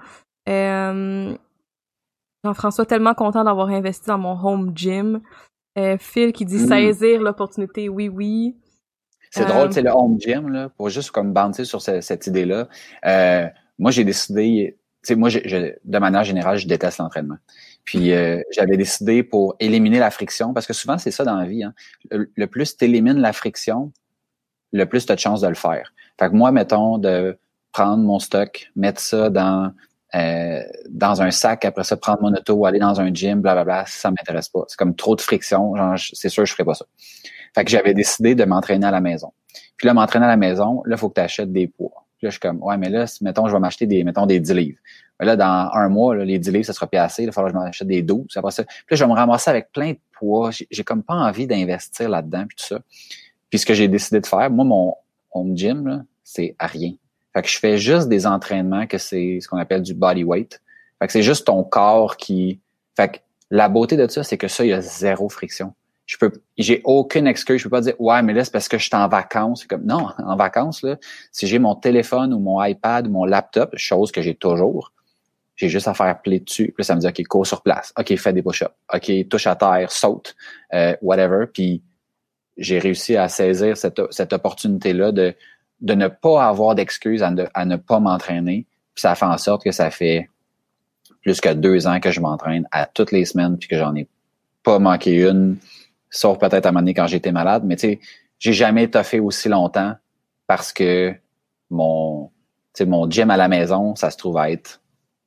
Euh, Jean-François, tellement content d'avoir investi dans mon home gym. Euh, Phil qui dit mmh. saisir l'opportunité, oui, oui. C'est euh... drôle, tu sais, le home gym, là, pour juste comme bouncer sur ce, cette idée-là. Euh, moi, j'ai décidé, tu sais, moi, je, je, de manière générale, je déteste l'entraînement. Puis, euh, j'avais décidé pour éliminer la friction, parce que souvent, c'est ça dans la vie, hein. Le, le plus tu élimines la friction, le plus tu as de chances de le faire. Fait que moi, mettons, de prendre mon stock, mettre ça dans... Euh, dans un sac, après ça, prendre mon auto, aller dans un gym, blablabla, ça m'intéresse pas. C'est comme trop de friction, genre, c'est sûr, je ferais pas ça. Fait que j'avais décidé de m'entraîner à la maison. Puis là, m'entraîner à la maison, là, il faut que tu achètes des poids. Puis là, je suis comme, ouais, mais là, mettons, je vais m'acheter des, mettons, des dix livres. Mais là, dans un mois, là, les dix livres, ça sera plus assez. Il va falloir que je m'achète des douze. Après ça. Puis là, je vais me ramasser avec plein de poids. J'ai, j'ai comme pas envie d'investir là-dedans, puis tout ça. Puis ce que j'ai décidé de faire, moi, mon home gym, là, c'est à rien. Fait que je fais juste des entraînements que c'est ce qu'on appelle du body weight. Fait que c'est juste ton corps qui... Fait que la beauté de ça, c'est que ça, il y a zéro friction. je peux, j'ai aucune excuse. Je peux pas dire, ouais, mais là, c'est parce que je suis en vacances. C'est comme, non, en vacances, là, si j'ai mon téléphone ou mon iPad ou mon laptop, chose que j'ai toujours, j'ai juste à faire play dessus. Puis là, ça me dit, OK, cours sur place. OK, fais des push-ups. OK, touche à terre, saute, euh, whatever. Puis, j'ai réussi à saisir cette, cette opportunité-là de, de ne pas avoir d'excuses à ne, à ne pas m'entraîner. Puis, ça fait en sorte que ça fait plus que deux ans que je m'entraîne à toutes les semaines puis que j'en ai pas manqué une, sauf peut-être à un moment donné quand j'étais malade. Mais tu sais, j'ai jamais étoffé aussi longtemps parce que mon, tu sais, mon gym à la maison, ça se trouve à être.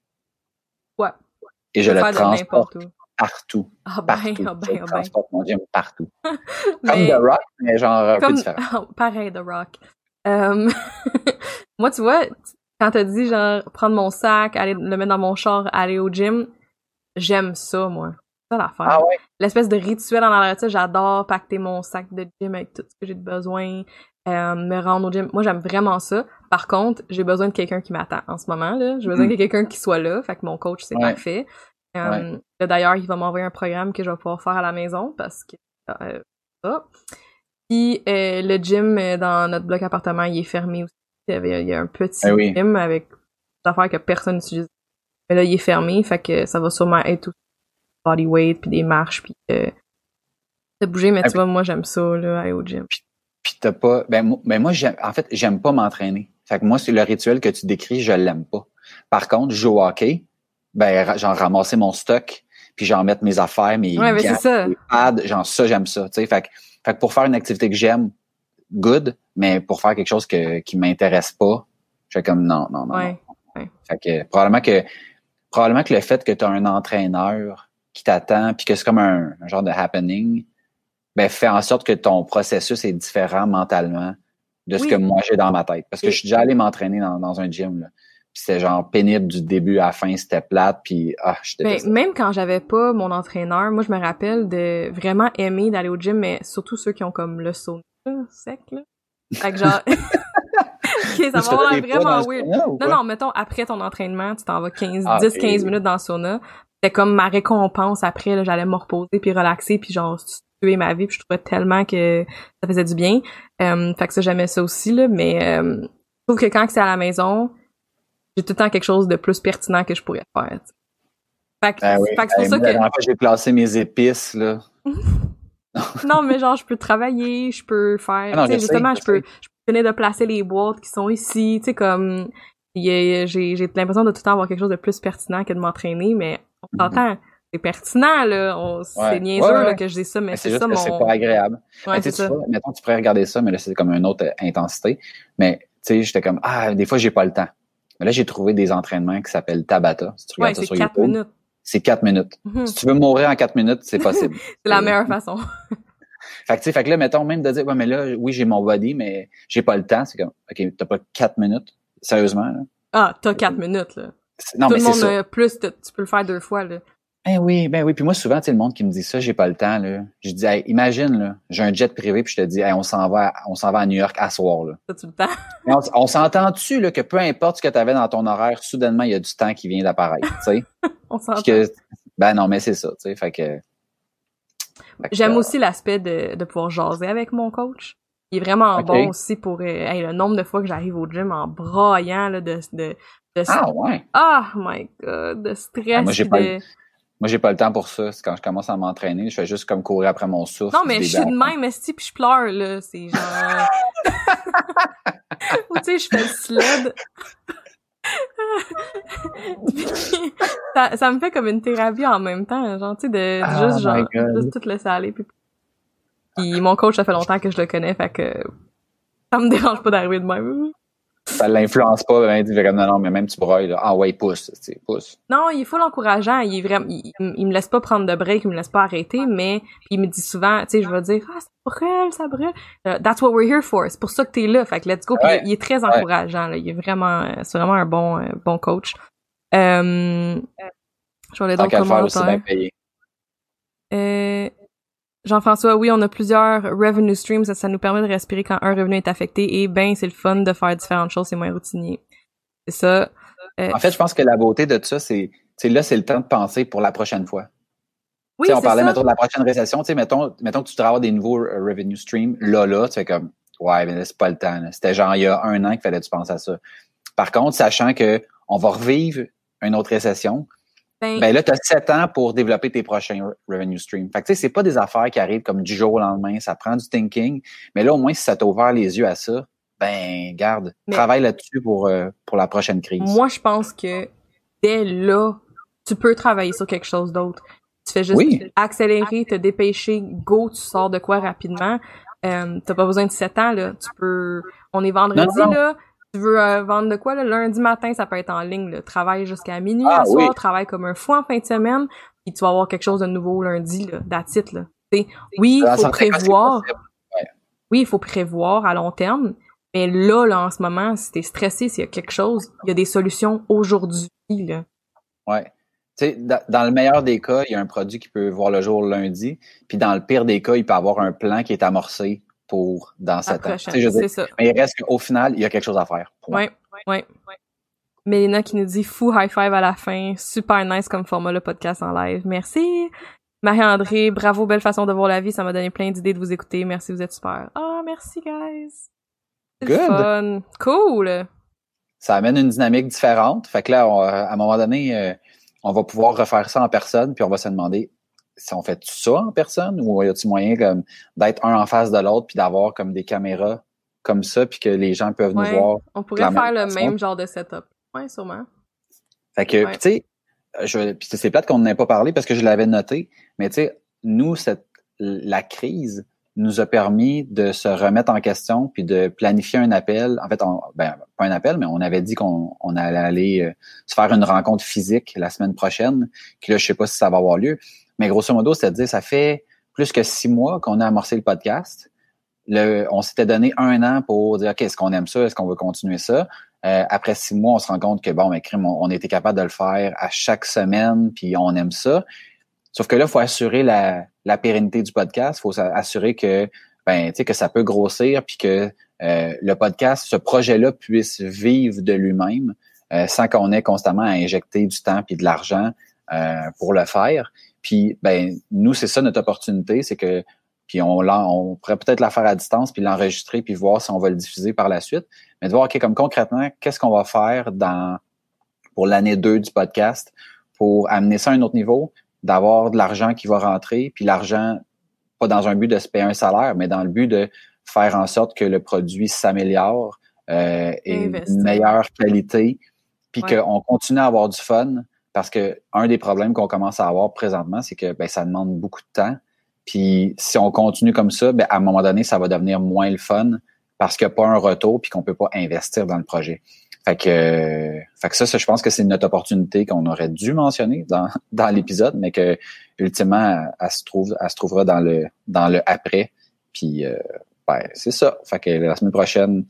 Ouais. Et je le transporte partout. Ah ben, partout. ah ben, je ah transporte ben. mon gym partout. Mais, comme The Rock, mais genre un comme, peu différent. Pareil, The Rock. Euh, moi, tu vois, quand t'as dit, genre, prendre mon sac, aller le mettre dans mon char, aller au gym, j'aime ça, moi. C'est ça l'affaire. Ah ouais? L'espèce de rituel en arrière de ça, j'adore pacter mon sac de gym avec tout ce que j'ai de besoin, euh, me rendre au gym. Moi, j'aime vraiment ça. Par contre, j'ai besoin de quelqu'un qui m'attend en ce moment, là. J'ai besoin mm. de quelqu'un qui soit là. Fait que mon coach, c'est ouais. parfait. Euh, ouais. Là, d'ailleurs, il va m'envoyer un programme que je vais pouvoir faire à la maison parce que euh, ça. Puis euh, le gym dans notre bloc appartement, il est fermé aussi. Il y, avait, il y a un petit eh oui. gym avec des affaires que personne n'utilise. Mais là, il est fermé, fait que ça va sûrement être aussi body weight, puis des marches, puis euh, de bouger. Mais ah, tu puis, vois, moi, j'aime ça, là, aller au gym. Puis, puis t'as pas... Ben, ben moi, j'aime, en fait, j'aime pas m'entraîner. Fait que moi, c'est le rituel que tu décris, je l'aime pas. Par contre, je joue au hockey, ben, j'en ramasser mon stock, puis j'en mettre mes affaires, mes ouais, gants, mes pads, genre ça, j'aime ça, tu sais. Fait que, fait que pour faire une activité que j'aime, good, mais pour faire quelque chose que, qui m'intéresse pas, je fais comme non, non, non. Ouais, non. ouais. Fait que probablement que probablement que le fait que tu as un entraîneur qui t'attend puis que c'est comme un, un genre de happening, ben fait en sorte que ton processus est différent mentalement de ce oui. que moi j'ai dans ma tête. Parce que oui. je suis déjà allé m'entraîner dans, dans un gym, là. Puis c'était genre pénible du début à la fin, c'était plate, puis ah, je détestais. Ben, même quand j'avais pas mon entraîneur, moi je me rappelle de vraiment aimer d'aller au gym, mais surtout ceux qui ont comme le sauna sec, là. Fait que genre... ok, ça va avoir vraiment weird. Non, non, mettons, après ton entraînement, tu t'en vas quinze, ah, dix, quinze minutes dans le sauna. C'était comme ma récompense après, là, j'allais me reposer puis relaxer puis genre tuer ma vie puis je trouvais tellement que ça faisait du bien. Euh, fait que ça, j'aimais ça aussi, là, mais euh, je trouve que quand c'est à la maison, j'ai tout le temps quelque chose de plus pertinent que je pourrais faire. T'sais. Fait que, ben oui, fait que c'est pour ben, ça que... La dernière fois, j'ai placé mes épices, là. non, mais genre, je peux travailler, je peux faire... Ah non, tu sais, justement, sais, je, je, peux, je peux finir de placer les boîtes qui sont ici, tu sais, comme... j'ai, j'ai l'impression de tout le temps avoir quelque chose de plus pertinent que de m'entraîner, mais on s'entend, mm-hmm. c'est pertinent, là. On, ouais. C'est niaiseux ouais, ouais. Là, que je dis ça, mais, mais c'est, c'est ça mon... c'est pas agréable. Ouais, mais c'est ça. Tu vois, mettons, tu pourrais regarder ça, mais là, c'est comme une autre intensité. Mais, tu sais, j'étais comme, ah, des fois, j'ai pas le temps. Mais là, j'ai trouvé des entraînements qui s'appellent Tabata. Si tu regardes ouais, ça sur quatre YouTube. Minutes. C'est quatre minutes. Mm-hmm. Si tu veux mourir en quatre minutes, c'est possible. C'est la meilleure façon. Fait que, tu sais, fait que là, mettons, même de dire, ouais, mais là, oui, j'ai mon body, mais j'ai pas le temps. C'est comme, OK, t'as pas quatre minutes? Sérieusement, là? Ah, t'as quatre minutes, là. Non, Tout mais le monde, c'est ça. Euh, plus, tu peux le faire deux fois, là. Ben oui, ben oui. Puis moi, souvent, tu sais, le monde qui me dit ça, j'ai pas le temps, là. Je dis, hey, imagine, là, j'ai un jet privé, puis je te dis, hey, on s'en va, à, on s'en va à New York à soir, là. T'as-tu le temps? on, on s'entend-tu, là, que peu importe ce que t'avais dans ton horaire, soudainement, il y a du temps qui vient d'apparaître, tu sais? On s'entend. Que, ben non, mais c'est ça, tu sais, fait que... J'aime aussi l'aspect de, de pouvoir jaser avec mon coach. Il est vraiment okay. bon aussi pour euh, hey, le nombre de fois que j'arrive au gym en braillant là, de, de, de... Ah ouais? Oh my God! De stress. Ah, moi, j'ai de... pas le... moi, j'ai pas le temps pour ça. C'est quand je commence à m'entraîner, je fais juste comme courir après mon souffle. Non, mais je suis de même, esti, puis je pleure, là. C'est genre... Ou tu sais, je fais le sled. ça, ça me fait comme une thérapie en même temps, genre, tu sais, de oh juste, genre, juste tout laisser aller. Puis... puis mon coach, ça fait longtemps que je le connais, fait que ça me dérange pas d'arriver de même. Ça l'influence pas, ben, il dit non, non, mais même tu broyes, là. Ah ouais, pousse, tu sais, pousse. Non, il est full encourageant, il est vraiment, il, il me laisse pas prendre de break, il me laisse pas arrêter, mais, puis il me dit souvent, tu sais, je vais dire, ah, ça brûle, ça brûle. Uh, that's what we're here for. C'est pour ça que t'es là. Fait que let's go. Puis ouais. il, il est très encourageant, là. Il est vraiment, c'est vraiment un bon, euh, bon coach. Euh, j'en ai d'autres commentaires. Euh, Jean-François, oui, on a plusieurs revenue streams, ça, ça nous permet de respirer quand un revenu est affecté et ben, c'est le fun de faire différentes choses, c'est moins routinier. C'est ça. Euh, en fait, je pense que la beauté de ça, c'est, tu sais, là, c'est le temps de penser pour la prochaine fois. Oui, on parlait, ça. mettons, de la prochaine récession. Tu sais, mettons, mettons que tu voudrais avoir des nouveaux revenue streams. Là, là, tu fais comme, ouais, mais là, c'est pas le temps. Là. C'était genre il y a un an qu'il fallait que tu penses à ça. Par contre, sachant que on va revivre une autre récession, ben, ben là, tu as sept ans pour développer tes prochains revenue streams. Fait que, tu sais, c'est pas des affaires qui arrivent comme du jour au lendemain. Ça prend du thinking. Mais là, au moins, si ça t'a ouvert les yeux à ça, ben, garde, mais travaille là-dessus pour, euh, pour la prochaine crise. Moi, je pense que dès là, tu peux travailler sur quelque chose d'autre. Tu fais juste oui. accélérer, te dépêcher, go, tu sors de quoi rapidement. Euh, t'as pas besoin de sept ans, là. Tu peux... On est vendredi, non, non. là. Tu veux euh, vendre de quoi, là? Lundi matin, ça peut être en ligne, là. Travaille jusqu'à minuit ah, à soir, oui. Travaille comme un fou en fin de semaine, puis tu vas avoir quelque chose de nouveau lundi, là. That's it, là. T'sais, oui, il faut prévoir. Ouais. Oui, il faut prévoir à long terme. Mais là, là, en ce moment, si t'es stressé, s'il y a quelque chose, il y a des solutions aujourd'hui, là. Ouais. Tu sais, dans le meilleur des cas, il y a un produit qui peut voir le jour lundi, puis dans le pire des cas, il peut avoir un plan qui est amorcé pour dans sept ans. C'est dire, ça. Mais il reste qu'au final, il y a quelque chose à faire. Oui, oui. Mélina qui nous dit « Fou high five à la fin. Super nice comme format, le podcast en live. Merci. » Marie-André, bravo, belle façon de voir la vie. Ça m'a donné plein d'idées de vous écouter. Merci, vous êtes super. Ah, oh, merci, guys. C'est Good. Fun. Cool. Ça amène une dynamique différente. Fait que là, on, à un moment donné... Euh, on va pouvoir refaire ça en personne, puis on va se demander si on fait ça en personne ou y a-t-il moyen comme d'être un en face de l'autre puis d'avoir comme des caméras comme ça puis que les gens peuvent ouais, nous voir. On pourrait faire le façon. Même genre de setup. Ouais, sûrement. Fait que, ouais. tu sais, je, puis c'est plate qu'on n'en ait pas parlé parce que je l'avais noté, mais tu sais, nous, cette, la crise nous a permis de se remettre en question puis de planifier un appel. En fait, on, ben pas un appel, mais on avait dit qu'on on allait aller euh, se faire une rencontre physique la semaine prochaine. Puis là, je sais pas si ça va avoir lieu. Mais grosso modo, c'est-à-dire, ça fait plus que six mois qu'on a amorcé le podcast. Le, on s'était donné un an pour dire, OK, est-ce qu'on aime ça? Est-ce qu'on veut continuer ça? Euh, après six mois, on se rend compte que, bon, mais crime, on, on était capable de le faire à chaque semaine, puis on aime ça. Sauf que là, il faut assurer la, la pérennité du podcast. Il faut assurer que, ben, tu sais, que ça peut grossir, puis que euh, le podcast, ce projet-là, puisse vivre de lui-même, euh, sans qu'on ait constamment à injecter du temps puis de l'argent euh, pour le faire. Puis, ben, nous, c'est ça notre opportunité, c'est que, puis on, on pourrait peut-être la faire à distance, puis l'enregistrer, puis voir si on va le diffuser par la suite. Mais de voir, OK, comme concrètement, qu'est-ce qu'on va faire dans pour l'année deux du podcast pour amener ça à un autre niveau, d'avoir de l'argent qui va rentrer, puis l'argent, pas dans un but de se payer un salaire, mais dans le but de faire en sorte que le produit s'améliore euh, et une meilleure qualité, puis ouais. qu'on continue à avoir du fun, parce que un des problèmes qu'on commence à avoir présentement, c'est que ben ça demande beaucoup de temps, puis si on continue comme ça, ben à un moment donné, ça va devenir moins le fun, parce qu'il n'y a pas un retour, puis qu'on peut pas investir dans le projet. Fait que, euh, fait que ça, ça, je pense que c'est notre opportunité qu'on aurait dû mentionner dans, dans l'épisode, mais que ultimement, elle, elle se trouve, elle se trouvera dans le, dans le après. Puis, euh, ben, c'est ça. Fait que la semaine prochaine,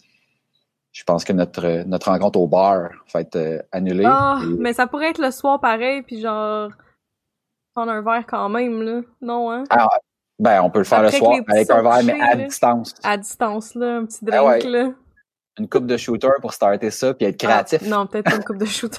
je pense que notre, notre rencontre au bar va être euh, annulée. Ah, et... mais ça pourrait être le soir pareil, puis genre prendre un verre quand même, là. Non, hein? Ah, ben, on peut le faire après le soir avec un verre, mais à là. distance. À distance, là, un petit drink, ah ouais. là. Une coupe de shooter pour starter ça puis être créatif. Ah, non, peut-être pas une coupe de shooter.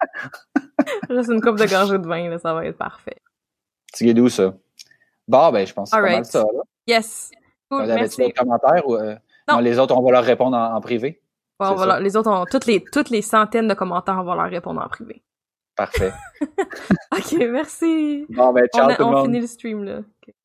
Juste une coupe de gorgée de vin, là, ça va être parfait. Tu guides où, ça? Bon, ben, je pense que c'est pas mal ça, là. Yes. Cool, merci. Avais-tu des commentaires ou, euh, non. non, les autres, on va leur répondre en, en privé? Ouais, on va leur, les autres, on, toutes les, toutes les centaines de commentaires, on va leur répondre en privé. Parfait. OK, merci. Bon, ben, ciao on a, tout le on monde. On finit le stream, là. Okay.